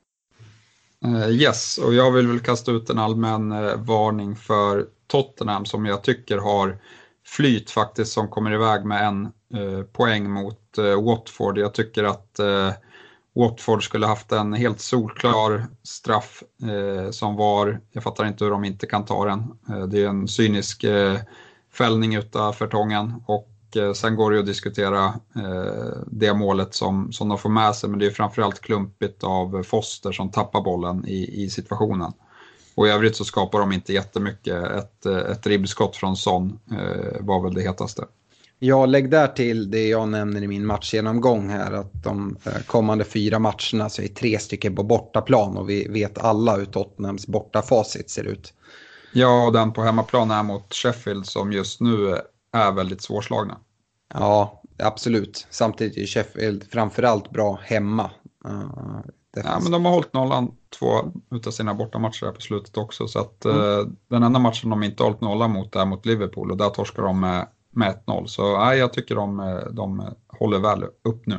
Uh, yes, och jag vill väl kasta ut en allmän uh, varning för Tottenham som jag tycker har flyt faktiskt, som kommer iväg med en uh, poäng mot uh, Watford. Jag tycker att uh, Watford skulle haft en helt solklar straff eh, som var, jag fattar inte hur de inte kan ta den. Eh, det är en cynisk eh, fällning utanför tången och eh, sen går det att diskutera eh, det målet som, som de får med sig, men det är framförallt klumpigt av Foster som tappar bollen i, i situationen. Och i övrigt så skapar de inte jättemycket. Ett, ett ribbskott från Son eh, var väl det hetaste. Jag lägger där till det jag nämner i min matchgenomgång här, att de kommande fyra matcherna så är tre stycken på bortaplan och vi vet alla hur Tottenhams bortafacit ser ut. Ja, och den på hemmaplan är mot Sheffield som just nu är väldigt svårslagna. Ja, absolut. Samtidigt är Sheffield framförallt bra hemma. Uh, ja, men de har hållit nollan två utav sina bortamatcher här på slutet också, så att mm. uh, den enda matchen de inte har hållit nollan mot är mot Liverpool och där torskar de med med ett noll. Så nej, jag tycker de, de håller väl upp nu.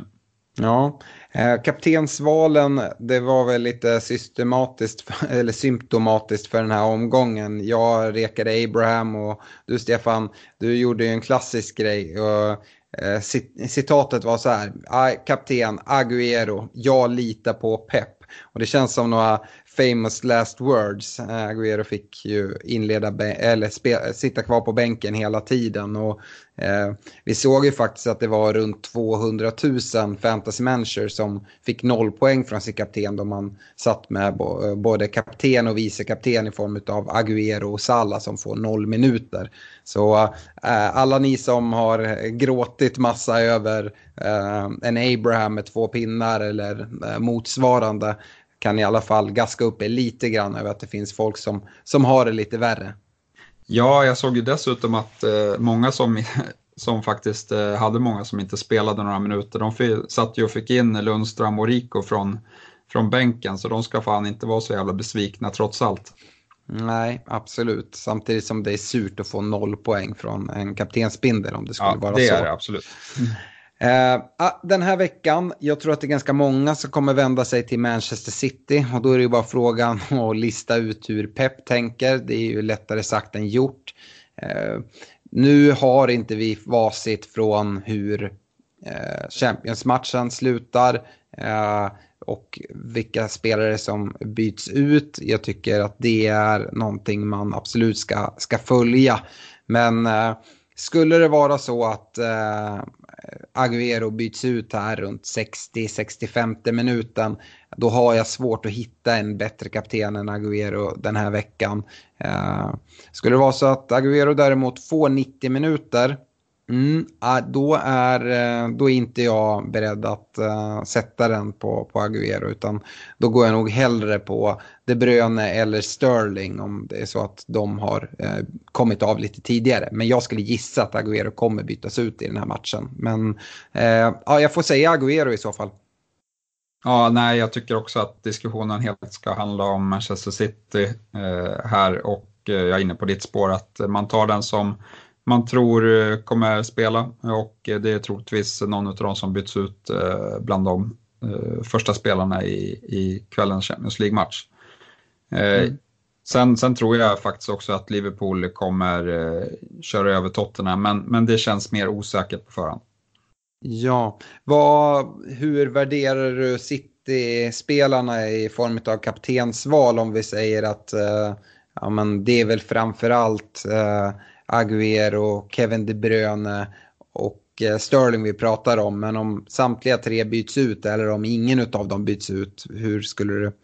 Ja, eh, kaptensvalen, det var väl lite systematiskt eller symptomatiskt för den här omgången. Jag rekade Abraham och du Stefan, du gjorde ju en klassisk grej. Och, eh, citatet var så här: kapten Agüero, jag litar på Pep. Och det känns som några famous last words. Agüero fick ju inleda eller spe, sitta kvar på bänken hela tiden. Och eh, vi såg ju faktiskt att det var runt tvåhundratusen fantasy manager som fick noll poäng från sin kapten då man satt med bo, både kapten och vice kapten i form av Agüero och Salah som får noll minuter. Så eh, alla ni som har gråtit massa över eh, en Abraham med två pinnar eller eh, motsvarande kan i alla fall gaska upp er lite grann över att det finns folk som, som har det lite värre. Ja, jag såg ju dessutom att eh, många som, som faktiskt eh, hade många som inte spelade några minuter, de f- satt ju och fick in Lundström och Rico från, från bänken, så de ska fan inte vara så jävla besvikna trots allt. Nej, absolut. Samtidigt som det är surt att få noll poäng från en kaptensbindel om det skulle ja, vara det så. Ja, det är det absolut. Uh, den här veckan, jag tror att det är ganska många som kommer vända sig till Manchester City. Och då är det ju bara frågan att lista ut hur Pep tänker. Det är ju lättare sagt än gjort. Uh, nu har inte vi facit från hur uh, Champions-matchen slutar. Uh, och vilka spelare som byts ut. Jag tycker att det är någonting man absolut ska, ska följa. Men uh, skulle det vara så att uh, Agüero byts ut här runt sextio till sextiofem minuten, då har jag svårt att hitta en bättre kapten än Agüero den här veckan. Uh, skulle det vara så att Agüero däremot får nittio minuter, mm, då, är, då är inte jag beredd att uh, sätta den på, på Agüero, utan då går jag nog hellre på De Bruyne eller Sterling om det är så att de har uh, kommit av lite tidigare. Men jag skulle gissa att Agüero kommer bytas ut i den här matchen. Men uh, ja, jag får säga Agüero i så fall. Ja, nej, jag tycker också att diskussionen helt ska handla om Manchester City eh, här, och eh, jag är inne på ditt spår att man tar den som man tror kommer spela, och det är troligtvis någon av dem som byts ut eh, bland de eh, första spelarna i, i kvällens Champions League-match. Eh, mm. sen, sen tror jag faktiskt också att Liverpool kommer eh, köra över Tottenham, men, men det känns mer osäkert på förhand. Ja, vad, hur värderar du City-spelarna i form av kaptensval om vi säger att eh, ja, men det är väl framförallt eh, Agüero, Kevin De Bruyne och eh, Sterling vi pratar om, men om samtliga tre byts ut eller om ingen av dem byts ut, hur skulle du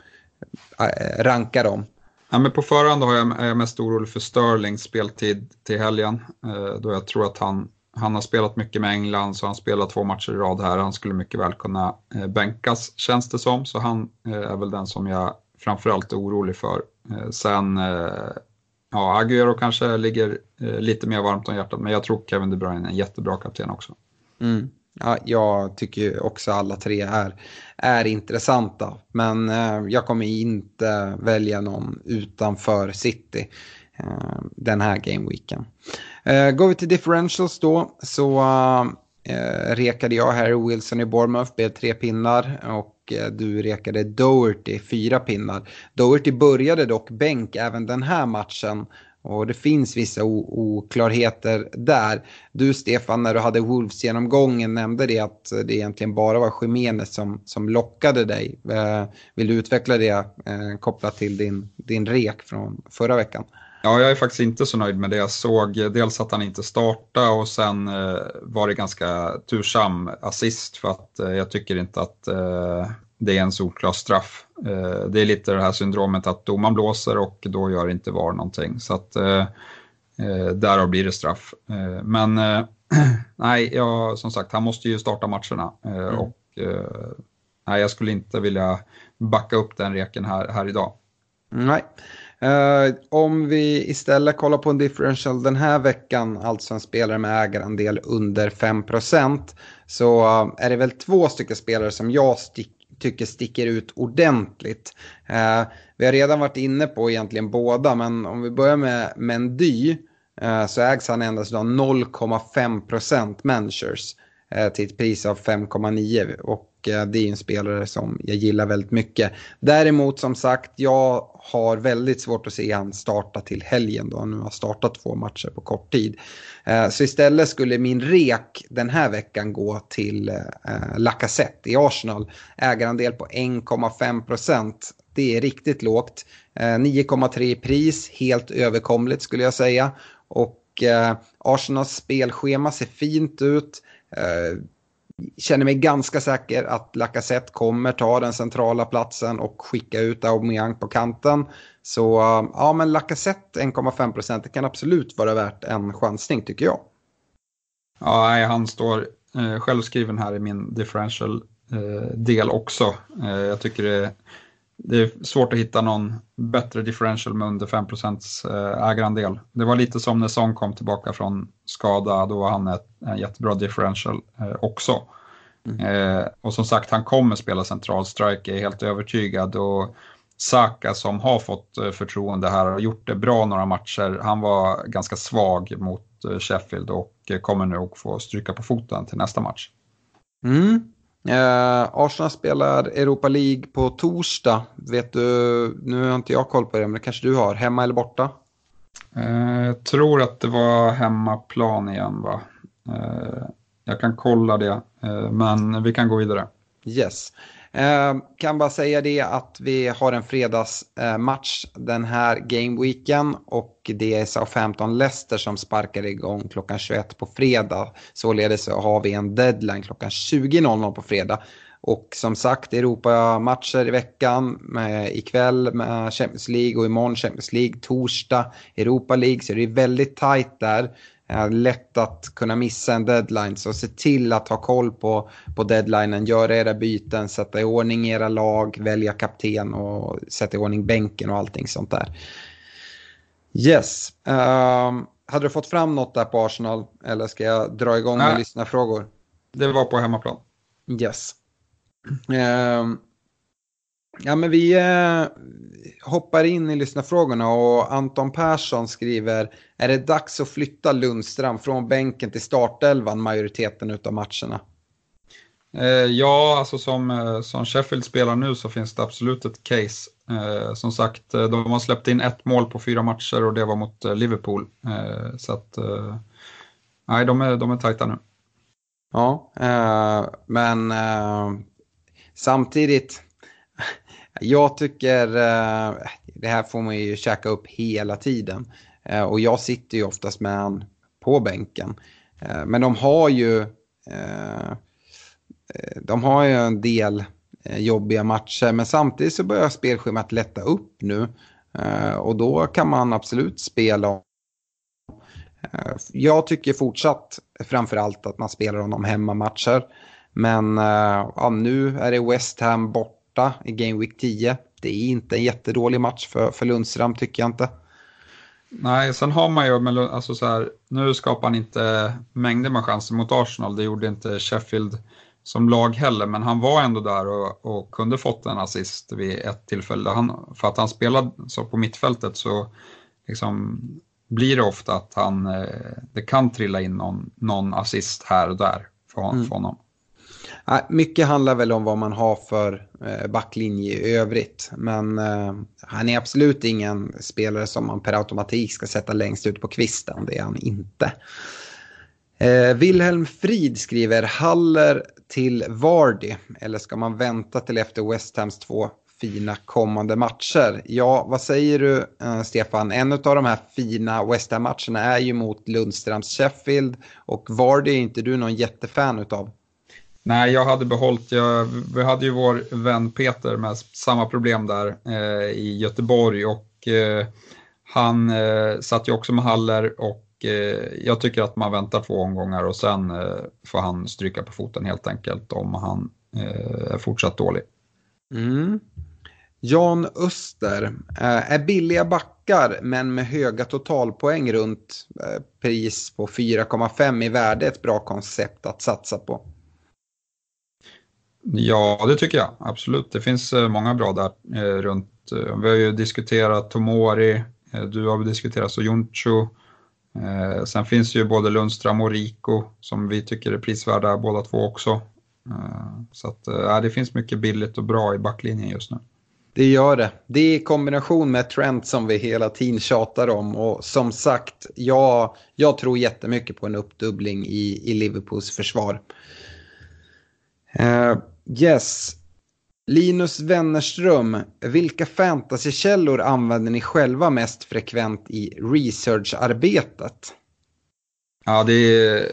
eh, ranka dem? Ja, men på förhand har jag, är jag mest orolig för Sterlings speltid till helgen, eh, då jag tror att han Han har spelat mycket med England, så han spelar två matcher i rad här. Han skulle mycket väl kunna eh, bänkas, känns det som. Så han eh, är väl den som jag framförallt är orolig för. Eh, sen, eh, ja, Agüero kanske ligger eh, lite mer varmt om hjärtat. Men jag tror Kevin De Bruyne är en jättebra kapten också. Mm. Ja, jag tycker också alla tre är, är intressanta. Men eh, jag kommer inte välja någon utanför City eh, den här gameweeken. Uh, går vi till differentials då, så uh, rekade jag Harry Wilson i Bournemouth, blev tre pinnar, och uh, du rekade Doherty fyra pinnar. Doherty började dock bänk även den här matchen, och det finns vissa o- oklarheter där. Du Stefan, när du hade Wolves genomgången, nämnde det att det egentligen bara var Jimenez som, som lockade dig. Uh, vill du utveckla det uh, kopplat till din, din rek från förra veckan? Ja, jag är faktiskt inte så nöjd med det. Jag såg dels att han inte startade, och sen eh, var det ganska tursam assist, för att eh, jag tycker inte att eh, det är en solklar straff. Eh, det är lite det här syndromet att domaren blåser och då gör inte V A R någonting. Så att eh, därav blir det straff. Eh, men eh, nej, jag, som sagt, han måste ju starta matcherna. Eh, mm. Och eh, nej, jag skulle inte vilja backa upp den reken här, här idag. Nej. Uh, om vi istället kollar på en differential den här veckan, alltså en spelare med ägarandel under fem procent, så uh, är det väl två stycken spelare som jag stick, tycker sticker ut ordentligt. Uh, vi har redan varit inne på egentligen båda, men om vi börjar med Mendy uh, så ägs han endast noll komma fem procent managers uh, till ett pris av fem komma nio, och det är en spelare som jag gillar väldigt mycket. Däremot som sagt, jag har väldigt svårt att se han starta till helgen då han nu har startat två matcher på kort tid. Så istället skulle min rek den här veckan gå till Lacazette i Arsenal. Ägarandel på en komma fem procent. Det är riktigt lågt. nio komma tre i pris, helt överkomligt skulle jag säga. Och Arsenals spelschema ser fint ut. Känner mig ganska säker att Lacazette kommer ta den centrala platsen och skicka ut Aubameyang på kanten. Så ja, men Lacazette en komma fem procent, det kan absolut vara värt en chansning tycker jag. Ja, han står eh, självskriven här i min differential eh, del också. Eh, jag tycker det, det är svårt att hitta någon bättre differential med under fem procent eh, ägarandel. Det var lite som när Son kom tillbaka från skada, då var han ett, en jättebra differential eh, också. Mm. Eh, och som sagt, han kommer spela central strike, är helt övertygad. Och Saka som har fått eh, förtroende här har gjort det bra några matcher. Han var ganska svag mot eh, Sheffield och eh, kommer nog få stryka på foten till nästa match. Mm. Eh, Arsenal spelar Europa League på torsdag. Vet du, nu har inte jag koll på det, men det kanske du har. Hemma eller borta? Eh, jag tror att det var hemmaplan igen, va? Eh, jag kan kolla det, eh, men vi kan gå vidare. Yes. Eh, kan bara säga det att vi har en fredagsmatch eh, den här gameweeken och det är Southampton Leicester som sparkar igång klockan tjugoett på fredag. Således så har vi en deadline klockan tjugo på fredag. Och som sagt, Europa-matcher i veckan, med, ikväll med Champions League och imorgon Champions League, torsdag Europa League, så det är väldigt tajt där. Lätt att kunna missa en deadline, så se till att ha koll på, på deadlinen, göra era byten, sätta i ordning era lag, välja kapten och sätta i ordning bänken och allting sånt där. Yes. Um, hade du fått fram något där på Arsenal eller ska jag dra igång med lyssnarfrågor? Det var på hemmaplan. Yes. Um, ja men vi uh, hoppar in i lyssnarfrågorna och Anton Persson skriver: är det dags att flytta Lundström från bänken till startelvan majoriteten utav matcherna? Eh, ja, alltså som, eh, som Sheffield spelar nu så finns det absolut ett case. Eh, som sagt, de har släppt in ett mål på fyra matcher och det var mot eh, Liverpool. Eh, så att, eh, nej, de är, de är tajta nu. Ja, eh, men eh, samtidigt, jag tycker eh, det här får man ju käka upp hela tiden. Eh, och jag sitter ju oftast med han på bänken. Eh, men de har ju eh, de har ju en del eh, jobbiga matcher. Men samtidigt så börjar spelschemat lätta upp nu. Eh, och då kan man absolut spela. Eh, jag tycker fortsatt framförallt att man spelar honom hemmamatcher. Men eh, ja, nu är det West Ham borta i Game Week tio. Det är inte en jättedålig match för, för Lundström tycker jag inte. Nej, sen har man ju, alltså så här, nu skapar han inte mängder med chanser mot Arsenal. Det gjorde inte Sheffield som lag heller, men han var ändå där och, och kunde fått en assist vid ett tillfälle. Han, för att han spelade så på mittfältet så liksom blir det ofta att han, det kan trilla in någon, någon assist här och där för honom. Mm. För honom. Ja, mycket handlar väl om vad man har för eh, backlinje i övrigt. Men eh, han är absolut ingen spelare som man per automatik ska sätta längst ut på kvisten. Det är han inte. Eh, Wilhelm Frid skriver: Haller till Vardy, eller ska man vänta till efter West Hams två fina kommande matcher? Ja, vad säger du eh, Stefan? En av de här fina West Ham-matcherna är ju mot Lundströms Sheffield, och Vardy är inte du någon jättefan utav? Nej, jag hade behållit, jag, vi hade ju vår vän Peter med samma problem där eh, i Göteborg, och eh, han eh, satt ju också med Haller, och eh, jag tycker att man väntar två omgångar och sen eh, får han stryka på foten helt enkelt om han eh, är fortsatt dålig. Mm. Jan Öster, eh, är billiga backar men med höga totalpoäng runt eh, pris på fyra komma fem i värde ett bra koncept att satsa på? Ja, det tycker jag. Absolut. Det finns många bra där eh, runt. Vi har ju diskuterat Tomori, eh, du har diskuterat Soyuncu. Eh, sen finns ju både Lundström och Rico som vi tycker är prisvärda båda två också. Så att, ja, det finns mycket billigt och bra i backlinjen just nu. Det gör det. Det är i kombination med Trent som vi hela tiden tjatar om. Och som sagt, jag, jag tror jättemycket på en uppdubbling i, i Liverpools försvar. Uh, yes. Linus Wennerström, vilka fantasykällor använder ni själva mest frekvent i researcharbetet? Ja, det är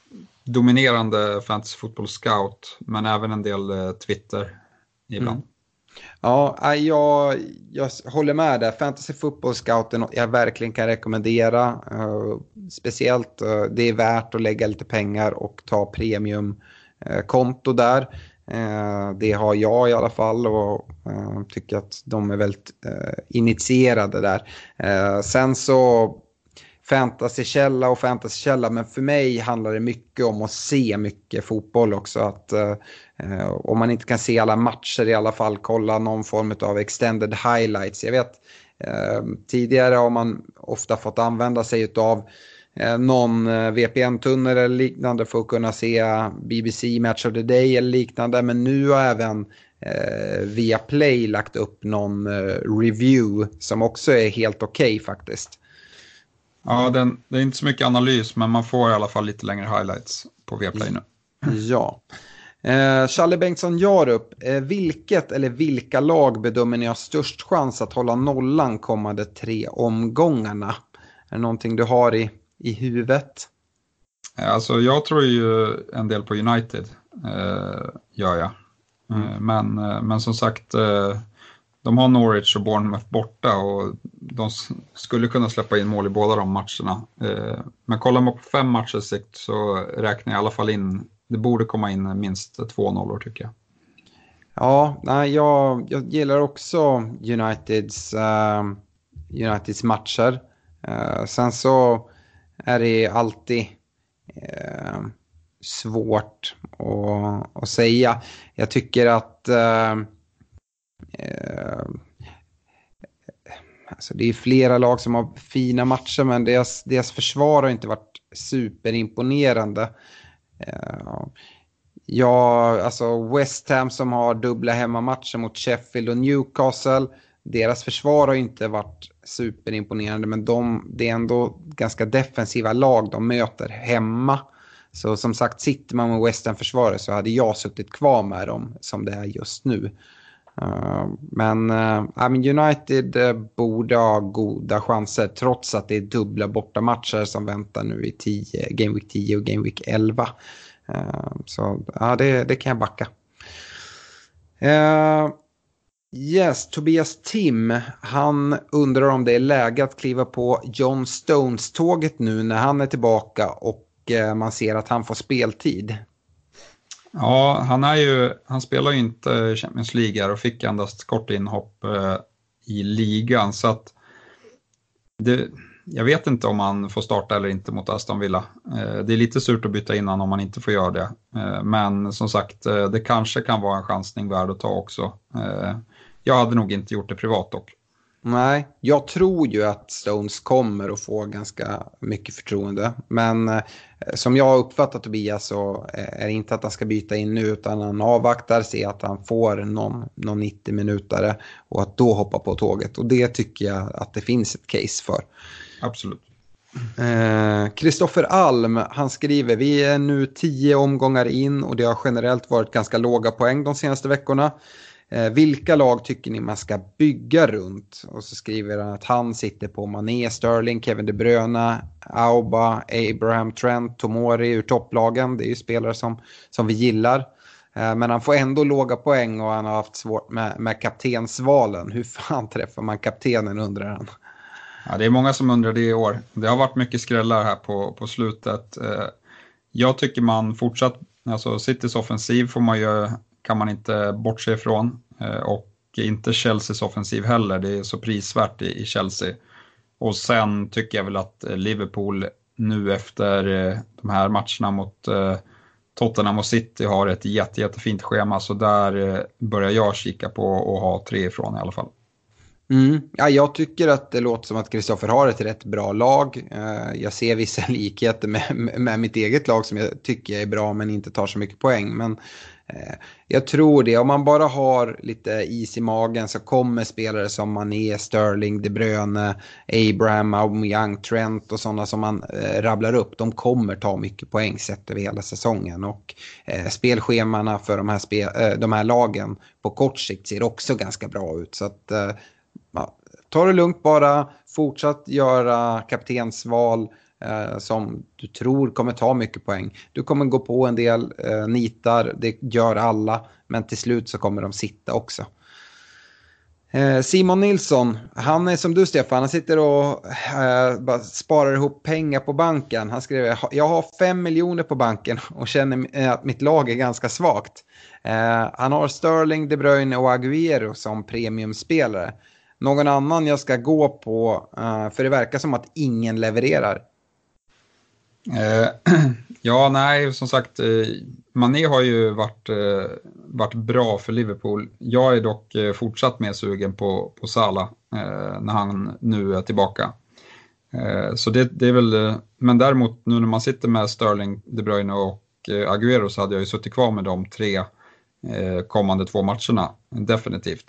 dominerande Fantasy Football Scout, men även en del eh, Twitter ibland. Mm. Ja, jag, jag håller med där. Fantasy Football Scouten jag verkligen kan rekommendera. Uh, speciellt uh, det är värt att lägga lite pengar och ta premiumkonto uh, där. Uh, det har jag i alla fall och uh, tycker att de är väldigt uh, initierade där. Uh, sen så fantasykälla och fantasykälla, men för mig handlar det mycket om att se mycket fotboll också. Att uh, om man inte kan se alla matcher i alla fall kolla någon form av extended highlights. Jag vet uh, tidigare har man ofta fått använda sig av uh, någon uh, V P N-tunnel eller liknande för att kunna se B B C Match of the Day eller liknande, men nu har även uh, Viaplay lagt upp någon uh, review som också är helt okej okay, faktiskt. Ja, den, det är inte så mycket analys, men man får i alla fall lite längre highlights på Viaplay nu. Ja. Eh, Charlie Bengtsson Jarup, eh, vilket eller vilka lag bedömer ni har störst chans att hålla nollan kommande tre omgångarna? Är det någonting du har i, i huvudet? Alltså jag tror ju en del på United, eh, gör jag. Mm. Eh, men, men som sagt... Eh, de har Norwich och Bournemouth borta och de skulle kunna släppa in mål i båda de matcherna. Men kollar man på fem matcher sikt så räknar jag i alla fall in, det borde komma in minst två nollor tycker jag. Ja, nej, jag, jag gillar också Uniteds, uh, Uniteds matcher. Uh, sen så är det alltid uh, svårt att, att säga. Jag tycker att... Uh, Eh, alltså det är flera lag som har fina matcher, men deras, deras försvar har inte varit superimponerande. Eh, ja, alltså West Ham som har dubbla hemmamatcher mot Sheffield och Newcastle, deras försvar har inte varit superimponerande, men de, det är ändå ganska defensiva lag de möter hemma. Så som sagt, sitter man med West Ham-försvaret så hade jag suttit kvar med dem som det är just nu. Uh, men uh, I mean United uh, borde ha goda chanser trots att det är dubbla bortamatcher som väntar nu i tio, Game Week tio och Game Week elva. Uh, så ja, det, det kan jag backa. Uh, yes, Tobias Tim, han undrar om det är läge att kliva på John Stones-tåget nu när han är tillbaka och uh, man ser att han får speltid. Ja, han, är ju, han spelar ju inte Champions League och fick endast kort inhopp eh, i ligan. Så att det, jag vet inte om han får starta eller inte mot Aston Villa. Eh, det är lite surt att byta innan om man inte får göra det. Eh, men som sagt, eh, det kanske kan vara en chansning värd att ta också. Eh, jag hade nog inte gjort det privat dock. Nej, jag tror ju att Stones kommer att få ganska mycket förtroende. Men eh, som jag har uppfattat Tobias så är det inte att han ska byta in nu utan han avvaktar, se att han får någon, någon nittio minutare och att då hoppa på tåget. Och det tycker jag att det finns ett case för. Absolut. Kristoffer eh, Alm, han skriver: vi är nu tio omgångar in och det har generellt varit ganska låga poäng de senaste veckorna. Eh, vilka lag tycker ni man ska bygga runt? Och så skriver han att han sitter på Mané, Sterling, Kevin De Bruyne, Auba, Abraham, Trent, Tomori ur topplagen. Det är ju spelare som, som vi gillar. Eh, men han får ändå låga poäng och han har haft svårt med, med kaptensvalen. Hur fan träffar man kaptenen, undrar han. Ja, det är många som undrar det i år. Det har varit mycket skrällar här på, på slutet. Eh, jag tycker man fortsatt, alltså Citys offensiv får man ju, kan man inte bortse ifrån. Eh, och inte Chelseas offensiv heller. Det är så prisvärt i, i Chelsea. Och sen tycker jag väl att Liverpool nu efter eh, de här matcherna mot eh, Tottenham och City har ett jätte, jättefint schema. Så där eh, börjar jag kika på och ha tre ifrån i alla fall. Mm. Ja, jag tycker att det låter som att Kristoffer har ett rätt bra lag. Jag ser vissa likheter med, med mitt eget lag som jag tycker är bra men inte tar så mycket poäng. Men Jag tror det, om man bara har lite is i magen så kommer spelare som Mané, Sterling, De Bruyne, Abraham, Aubameyang, Trent och sådana som man eh, rabblar upp. De kommer ta mycket poäng sett över hela säsongen och eh, spelschemarna för de här, spel, eh, de här lagen på kort sikt ser också ganska bra ut. Så att, eh, ja, ta det lugnt bara, fortsatt göra kaptensval Eh, som du tror kommer ta mycket poäng. Du kommer gå på en del eh, nitar, det gör alla, men till slut så kommer de sitta också. Eh, Simon Nilsson, han är som du Stefan, han sitter och eh, bara sparar ihop pengar på banken. Han skriver, jag har fem miljoner på banken och känner att mitt lag är ganska svagt. Eh, han har Sterling, De Bruyne och Agüero som premiumspelare. Någon annan jag ska gå på, eh, för det verkar som att ingen levererar. Eh, ja, nej, som sagt, eh, Mané har ju varit, eh, varit bra för Liverpool. Jag är dock eh, fortsatt med sugen på, på Salah eh, när han nu är tillbaka. Eh, så det, det är väl, eh, men däremot nu när man sitter med Sterling, De Bruyne och eh, Agüero så hade jag ju suttit kvar med de tre eh, kommande två matcherna, definitivt.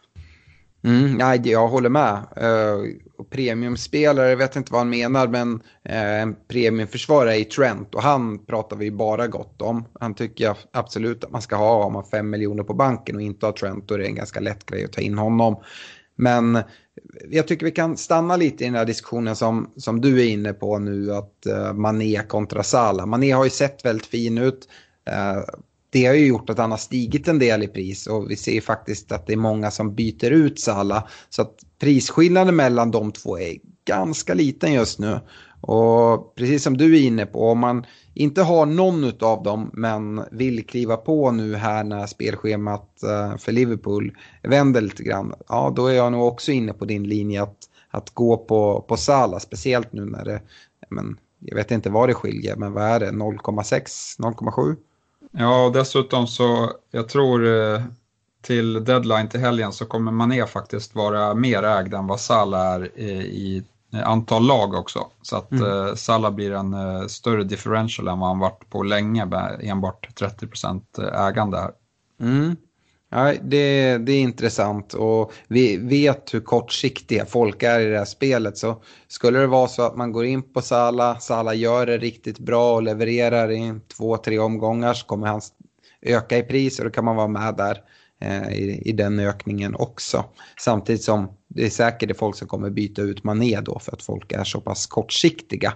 Mm, nej, jag håller med. Uh, premiumspelare, jag vet inte vad han menar, men uh, en premiumförsvarare är Trent och han pratar vi bara gott om. Han tycker jag absolut att man ska ha om man fem miljoner på banken och inte ha Trent, då är det en ganska lätt grej att ta in honom. Men jag tycker vi kan stanna lite i den här diskussionen som, som du är inne på nu, att uh, Mané kontra Salah. Mané har ju sett väldigt fin ut. Uh, Det har ju gjort att han har stigit en del i pris och vi ser faktiskt att det är många som byter ut Salah. Så att prisskillnaden mellan de två är ganska liten just nu. Och precis som du är inne på, om man inte har någon av dem men vill kliva på nu här när spelschemat för Liverpool vänder lite grann. Ja, då är jag nog också inne på din linje att, att gå på, på Salah. Speciellt nu när det, men, jag vet inte vad det skiljer, men vad är det? noll komma sex, noll komma sju? Ja, och dessutom så, jag tror eh, till deadline till helgen så kommer Mané faktiskt vara mer ägd än vad Salah är i, i antal lag också. Så att mm. eh, Salah blir en eh, större differential än vad han varit på länge med enbart trettio procent ägande här. Mm. Ja, det, det är intressant och vi vet hur kortsiktiga folk är i det här spelet, så skulle det vara så att man går in på Salah, Salah gör det riktigt bra och levererar i två, tre omgångar, så kommer han öka i pris och då kan man vara med där eh, i, i den ökningen också. Samtidigt som det är säkert det folk som kommer byta ut Mané då för att folk är så pass kortsiktiga.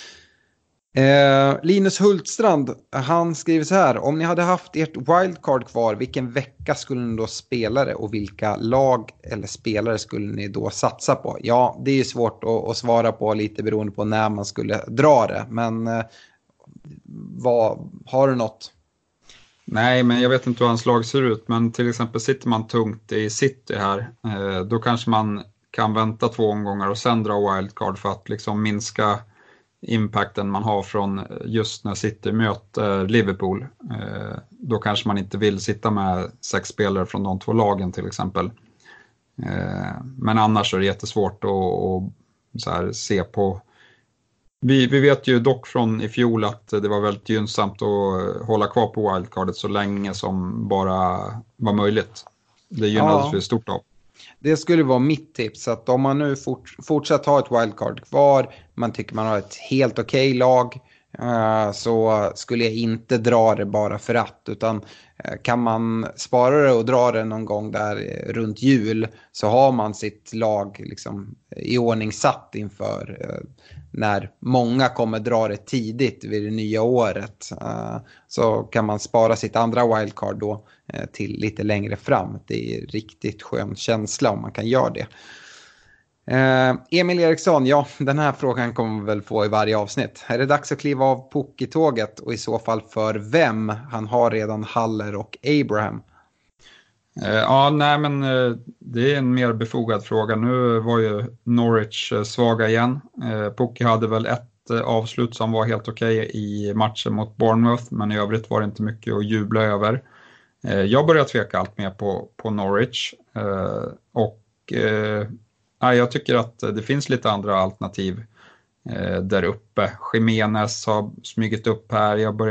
Eh, Linus Hultstrand, han skriver så här: om ni hade haft ert wildcard kvar, vilken vecka skulle ni då spela det och vilka lag eller spelare skulle ni då satsa på? Ja, det är ju svårt att, att svara på lite beroende på när man skulle dra det, men eh, vad, har du något? Nej, men jag vet inte hur hans lag ser ut, men till exempel sitter man tungt i City här, eh, då kanske man kan vänta två omgångar och sen dra wildcard för att liksom minska impacten man har från just när City möter Liverpool. Eh, då kanske man inte vill sitta med sex spelare från de två lagen till exempel. Eh, men annars är det jättesvårt att, att så här, se på. Vi, vi vet ju dock från i fjol att det var väldigt gynnsamt att hålla kvar på wildcardet så länge som bara var möjligt. Det gynnades ja. för stort av. Det skulle vara mitt tips, att om man nu fort, fortsatt har ett wildcard kvar, man tycker man har ett helt okej lag, uh, så skulle jag inte dra det bara för att, utan uh, kan man spara det och dra det någon gång där runt jul, så har man sitt lag liksom i ordning satt inför uh, när många kommer dra det tidigt vid det nya året, uh, så kan man spara sitt andra wildcard då till lite längre fram. Det är riktigt skön känsla om man kan göra det. Eh, Emil Eriksson, ja, den här frågan kommer vi väl få i varje avsnitt. Är det dags att kliva av Pukki-tåget och i så fall för vem? Han har redan Haller och Abraham. Eh, ja, nej men eh, det är en mer befogad fråga. Nu var ju Norwich eh, svaga igen. Eh, Pukki hade väl ett eh, avslut som var helt okej okay i matchen mot Bournemouth, men i övrigt var det inte mycket att jubla över. Jag börjar tveka allt mer på, på Norwich eh, och eh, jag tycker att det finns lite andra alternativ eh, där uppe. Jimenez har smugit upp här. Jag börjar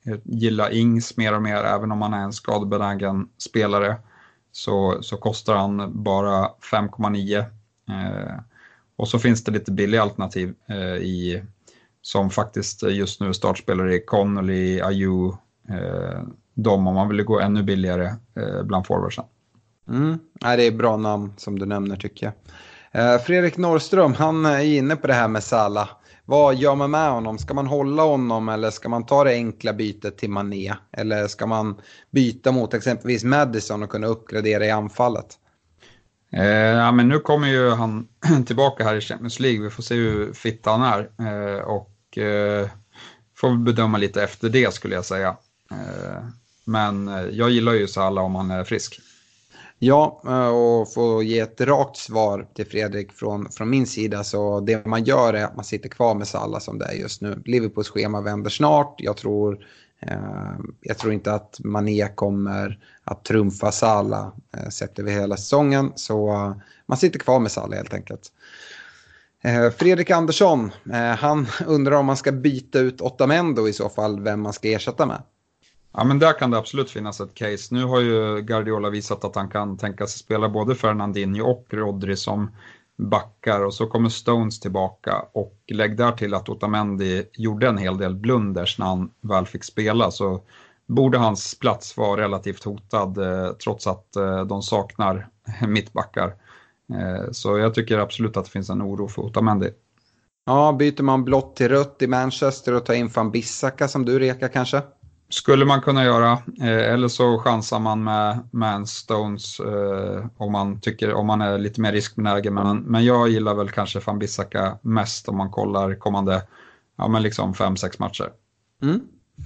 gilla Ings mer och mer, även om han är en skadebenägen spelare. Så, så kostar han bara fem komma nio. Eh, och så finns det lite billiga alternativ eh, i, som faktiskt just nu startspelare i Connolly, Ayew, eh, de om man vill gå ännu billigare eh, bland forwardsen. Mm. Ja, det är bra namn som du nämner tycker jag. Eh, Fredrik Norrström, han är inne på det här med Salah. Vad gör man med honom? Ska man hålla honom eller ska man ta det enkla bytet till Mané? Eller ska man byta mot exempelvis Madison och kunna uppgradera i anfallet? Eh, ja, men nu kommer ju han tillbaka här i Champions League. Vi får se hur fit han är. Eh, och eh, får bedöma lite efter det skulle jag säga. Eh, men jag gillar ju Salah om han är frisk. Ja, och få ge ett rakt svar till Fredrik från, från min sida. Så det man gör är att man sitter kvar med Salah som det är just nu. Liverpools schema vänder snart. Jag tror, eh, jag tror inte att Mané kommer att trumfa Salah eh, sett över hela säsongen. Så eh, man sitter kvar med Salah helt enkelt. Eh, Fredrik Andersson, eh, han undrar om man ska byta ut Otamendi i så fall, vem man ska ersätta med. Ja, men där kan det absolut finnas ett case. Nu har ju Guardiola visat att han kan tänka sig spela både Fernandinho och Rodri som backar. Och så kommer Stones tillbaka. Och lägg där till att Otamendi gjorde en hel del blunders när han väl fick spela. Så borde hans plats vara relativt hotad eh, trots att eh, de saknar mittbackar. Eh, så jag tycker absolut att det finns en oro för Otamendi. Ja, byter man blått till rött i Manchester och tar in Van Bissaka som du rekar kanske? Skulle man kunna göra, eh, eller så chansar man med, med en Stones eh, om, man tycker, om man är lite mer riskbenägen. Men, men jag gillar väl kanske Van Bissaka mest om man kollar kommande ja, men liksom fem sex matcher. Mm.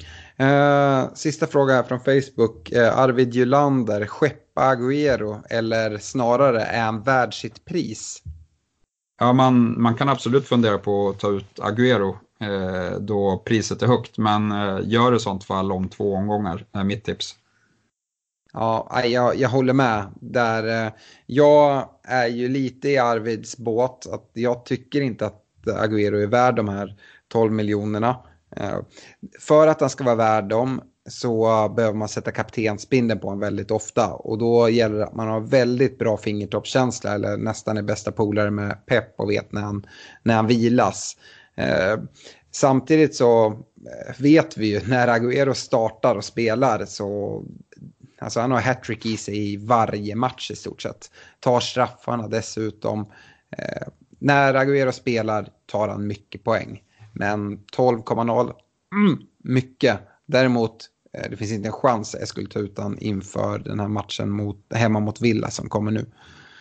Eh, sista fråga här från Facebook. Eh, Arvid Julander, skeppa Agüero eller snarare är han värd sitt pris? Ja, man, man kan absolut fundera på att ta ut Agüero eh, då priset är högt. Men eh, gör det sånt fall om två omgångar är mitt tips. Ja, jag, jag håller med. Där, eh, jag är ju lite i Arvids båt. Att jag tycker inte att Agüero är värd de här tolv miljonerna. Eh, för att han ska vara värd dem så behöver man sätta kaptensbindeln på honom väldigt ofta. Och då gäller det att man har väldigt bra fingertoppskänsla eller nästan är bästa polare med Pep och vet när han, när han vilas. Eh, samtidigt så vet vi ju när Agüero startar och spelar så alltså han har hattrick i sig i varje match i stort sett. Tar straffarna dessutom. Eh, när Agüero spelar tar han mycket poäng. Men tolv komma noll, mm, mycket. Däremot, det finns inte en chans att jag skulle ta ut han inför den här matchen mot, hemma mot Villa som kommer nu.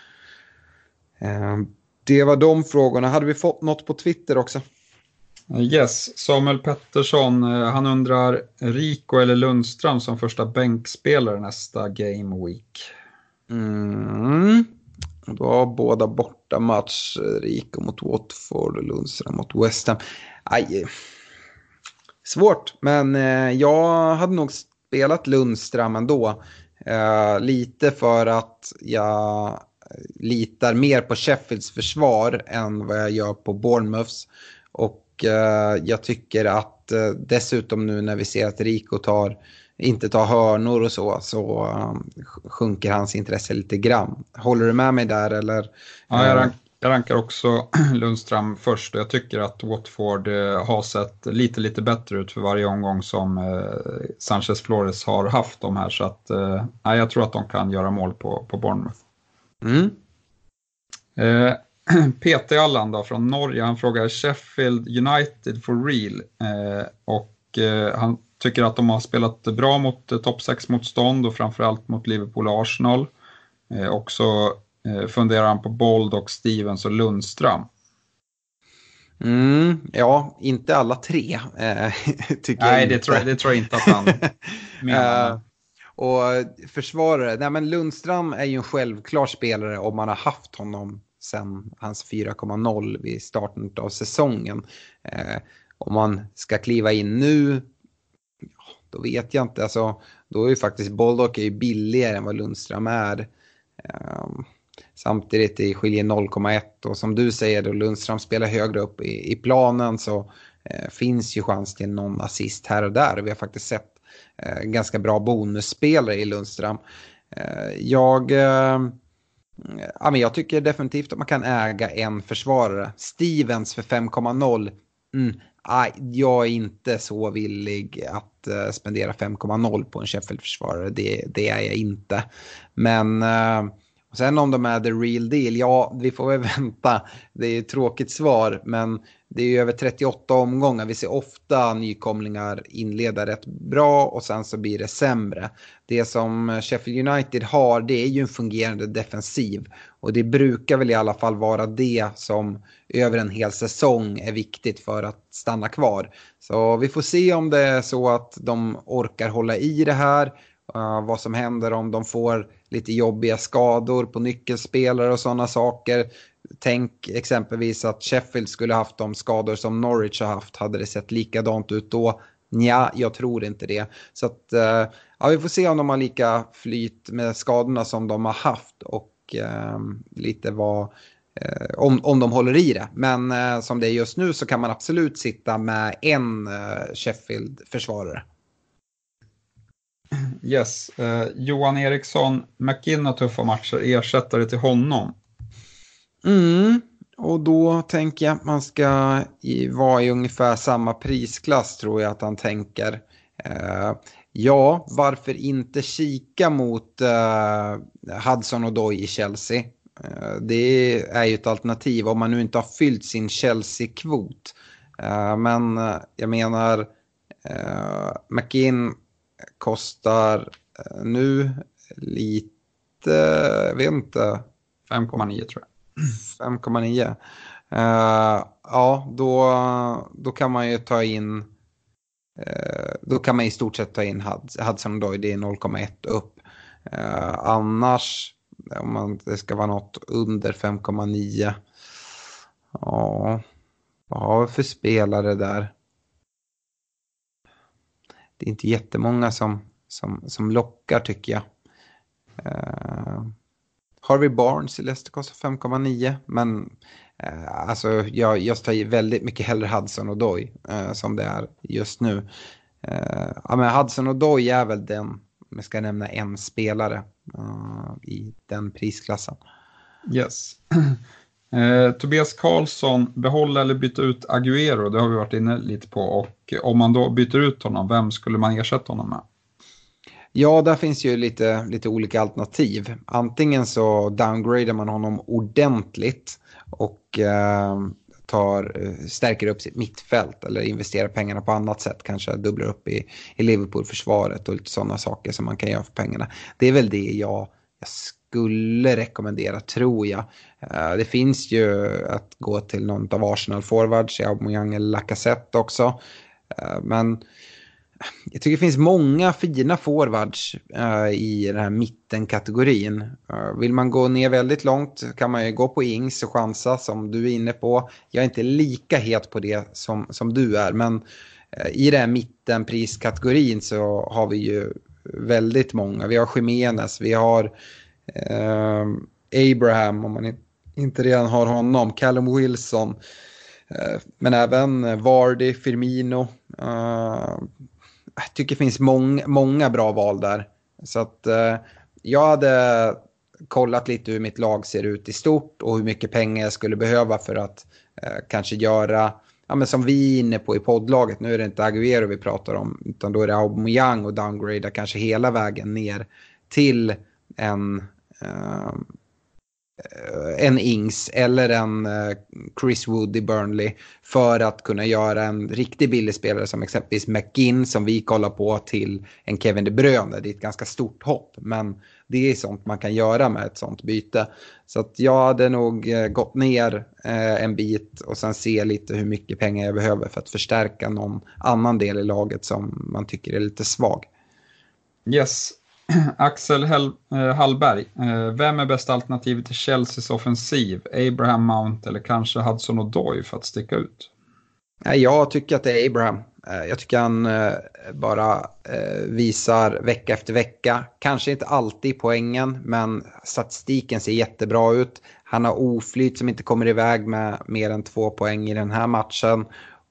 Det var de frågorna. Hade vi fått något på Twitter också? Yes, Samuel Pettersson, han undrar Rico eller Lundström som första bänkspelare nästa game week. Mm. Då har båda borta match, Rico mot Watford och Lundström mot West Ham. Aj. Svårt, men eh, jag hade nog spelat Lundström ändå. Eh, lite för att jag litar mer på Sheffields försvar än vad jag gör på Bournemouths. Och eh, jag tycker att eh, dessutom nu när vi ser att Rico tar, inte tar hörnor och så, så um, sjunker hans intresse lite grann. Håller du med mig där eller? Ja, jag, rank, jag rankar också Lundström först och jag tycker att Watford eh, har sett lite lite bättre ut för varje omgång som eh, Sanchez Flores har haft de här, så att eh, jag tror att de kan göra mål på, på Bournemouth. Mm. Eh, Peter Allan då från Norge, han frågar Sheffield United for real eh, och eh, han tycker att de har spelat bra mot eh, topp sex motstånd och framförallt mot Liverpool och Arsenal. Eh, och så eh, funderar han på Bold och Stevens och Lundström. Mm, ja, inte alla tre eh, tycker Nej, jag det inte. tror, det tror jag inte att han menar. uh, och försvarare, nej men Lundström är ju en självklar spelare om man har haft honom sen hans fyra komma noll vid starten av säsongen. Eh, om man ska kliva in nu, då vet jag inte. Alltså, då är ju faktiskt Baldock är ju billigare än vad Lundström är. Um, samtidigt är skiljer noll komma ett och som du säger då Lundström spelar högre upp i, i planen så eh, finns ju chans till någon assist här och där. Vi har faktiskt sett eh, ganska bra bonusspelare i Lundström. Eh, jag... Eh, Ja, men jag tycker definitivt att man kan äga en försvarare. Stevens för fem komma noll. Mm, aj, jag är inte så villig att uh, spendera fem komma noll på en Sheffield-försvarare. Det, det är jag inte. Men uh, sen om de är the real deal, ja, vi får väl vänta. Det är ett tråkigt svar, men det är ju över trettioåtta omgångar. Vi ser ofta nykomlingar inleda rätt bra och sen så blir det sämre. Det som Sheffield United har, det är ju en fungerande defensiv. Och det brukar väl i alla fall vara det som över en hel säsong är viktigt för att stanna kvar. Så vi får se om det är så att de orkar hålla i det här. Uh, vad som händer om de får lite jobbiga skador på nyckelspelare och sådana saker. Tänk exempelvis att Sheffield skulle haft de skador som Norwich har haft. Hade det sett likadant ut då? Nja, jag tror inte det. Så att, uh, ja, vi får se om de har lika flyt med skadorna som de har haft. Och uh, lite vad... Uh, om, om de håller i det. Men uh, som det är just nu så kan man absolut sitta med en uh, Sheffield-försvarare. Yes, eh, Johan Eriksson, McKinn har tuffa matcher, ersättare till honom. Mm, och då tänker jag att man ska i, vara i ungefär samma prisklass, tror jag att han tänker. Eh, ja, varför inte kika mot eh, Hudson-Odoi i Chelsea? Eh, det är ju ett alternativ om man nu inte har fyllt sin Chelsea-kvot. Eh, men eh, jag menar, eh, McKinn kostar uh, nu lite, jag vet inte. fem komma nio tror jag. fem komma nio. Uh, ja, då, då kan man ju ta in, uh, då kan man i stort sett ta in Hudson-Odoi, det är noll komma ett upp. Uh, annars, om man, det ska vara något under fem komma nio. Ja, vad har vi för spelare där? Det är inte jättemånga som, som, som lockar, tycker jag. Uh, Harvey Barnes i Leicester kostar fem komma nio. Men uh, alltså, jag, jag tar väldigt mycket hellre Hudson-Odoi uh, som det är just nu. Uh, ja, men Hudson-Odoi är väl den, om jag ska nämna en spelare uh, i den prisklassen. Yes. Eh, Tobias Karlsson, behålla eller byta ut Agüero, det har vi varit inne lite på. Och om man då byter ut honom, vem skulle man ersätta honom med? Ja, där finns ju lite, lite olika alternativ. Antingen så downgradar man honom ordentligt och eh, tar, stärker upp sitt mittfält eller investerar pengarna på annat sätt. Kanske dubblar upp i, i Liverpool-försvaret och lite sådana saker som man kan göra för pengarna. Det är väl det jag, jag skulle rekommendera, tror jag. Uh, det finns ju att gå till någon av Arsenal-forwards, Aubameyang eller Lacazette också. Uh, men jag tycker det finns många fina forwards uh, i den här mittenkategorin. Uh, vill man gå ner väldigt långt kan man ju gå på Ings och chansa, som du är inne på. Jag är inte lika het på det som, som du är, men uh, i den här mittenpriskategorin så har vi ju väldigt många. Vi har Jimenez, vi har Uh, Abraham, om man inte redan har honom, Callum Wilson, uh, men även Vardy, Firmino. Uh, jag tycker det finns mång, många bra val där. Så att uh, jag hade kollat lite hur mitt lag ser ut i stort och hur mycket pengar jag skulle behöva för att uh, kanske göra, ja, men som vi är inne på i poddlaget. Nu är det inte Agüero vi pratar om, utan då är det Aubameyang och downgrade kanske hela vägen ner till en Uh, en Ings eller en uh, Chris Wood i Burnley för att kunna göra en riktigt billig spelare som exempelvis McKinn som vi kollar på till en Kevin De Bruyne. Det är ett ganska stort hopp, men det är sånt man kan göra med ett sånt byte. Så att jag hade nog uh, gått ner uh, en bit och sen se lite hur mycket pengar jag behöver för att förstärka någon annan del i laget som man tycker är lite svag. Yes. Axel Hell, eh, Hallberg, eh, vem är bästa alternativet till Chelseas offensiv? Abraham, Mount eller kanske Hudson-Odoi för att sticka ut? Jag tycker att det är Abraham. Jag tycker han eh, bara eh, visar vecka efter vecka. Kanske inte alltid poängen, men statistiken ser jättebra ut. Han har oflyt som inte kommer iväg med mer än två poäng i den här matchen. Och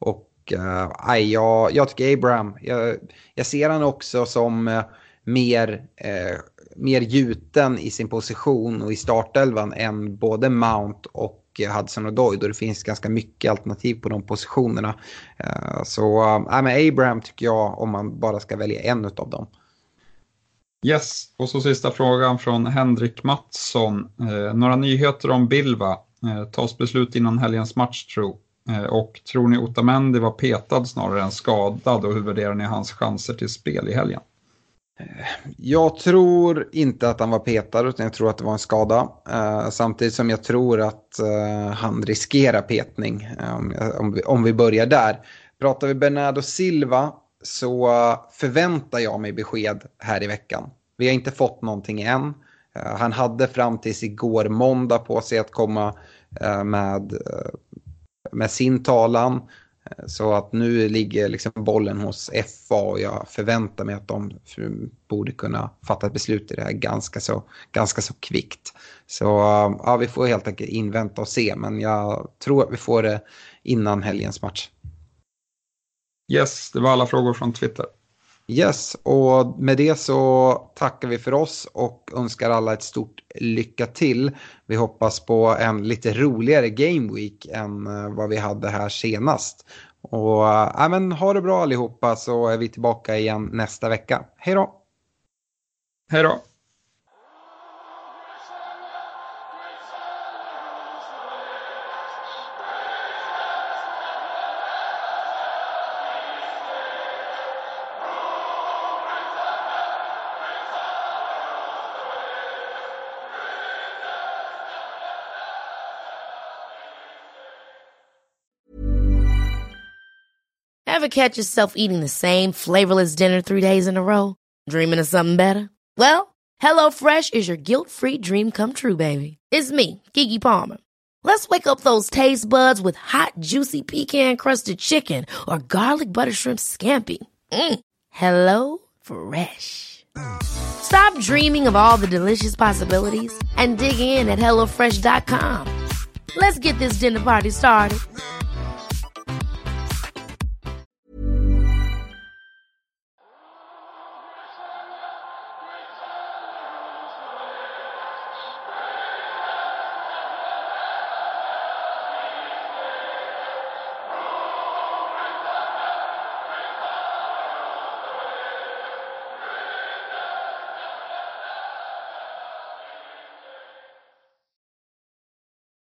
Och uh, jag, jag tycker Abraham, jag, jag ser han också som uh, mer, uh, mer gjuten i sin position och i startelvan än både Mount och Hudson och Doyd, och det finns ganska mycket alternativ på de positionerna. Uh, så uh, men Abraham tycker jag, om man bara ska välja en av dem. Yes, och så sista frågan från Henrik Mattsson. Eh, några nyheter om Bilva? Eh, tas beslut innan helgens match, tro? Eh, och tror ni Otamendi var petad snarare än skadad, och hur värderar ni hans chanser till spel i helgen? Jag tror inte att han var petad, utan jag tror att det var en skada. Uh, samtidigt som jag tror att uh, han riskerar petning, um, om, vi, om vi börjar där. Pratar vi Bernardo Silva så förväntar jag mig besked här i veckan. Vi har inte fått någonting än. Uh, han hade fram tills igår måndag på sig att komma uh, med, uh, med sin talan. Så att nu ligger liksom bollen hos F A, och jag förväntar mig att de borde kunna fatta ett beslut i det här ganska så, ganska så kvickt. Så ja, vi får helt enkelt invänta och se, men jag tror att vi får det innan helgens match. Yes, det var alla frågor från Twitter. Yes, och med det så tackar vi för oss och önskar alla ett stort lycka till. Vi hoppas på en lite roligare game week än vad vi hade här senast. Och ja, men ha det bra allihopa, så är vi tillbaka igen nästa vecka. Hej då! Hej då! Ever catch yourself eating the same flavorless dinner three days in a row? Dreaming of something better? Well, HelloFresh is your guilt-free dream come true, baby. It's me, Keke Palmer. Let's wake up those taste buds with hot, juicy pecan-crusted chicken or garlic butter shrimp scampi. Mm. Hello Fresh. Stop dreaming of all the delicious possibilities and dig in at hello fresh dot com. Let's get this dinner party started.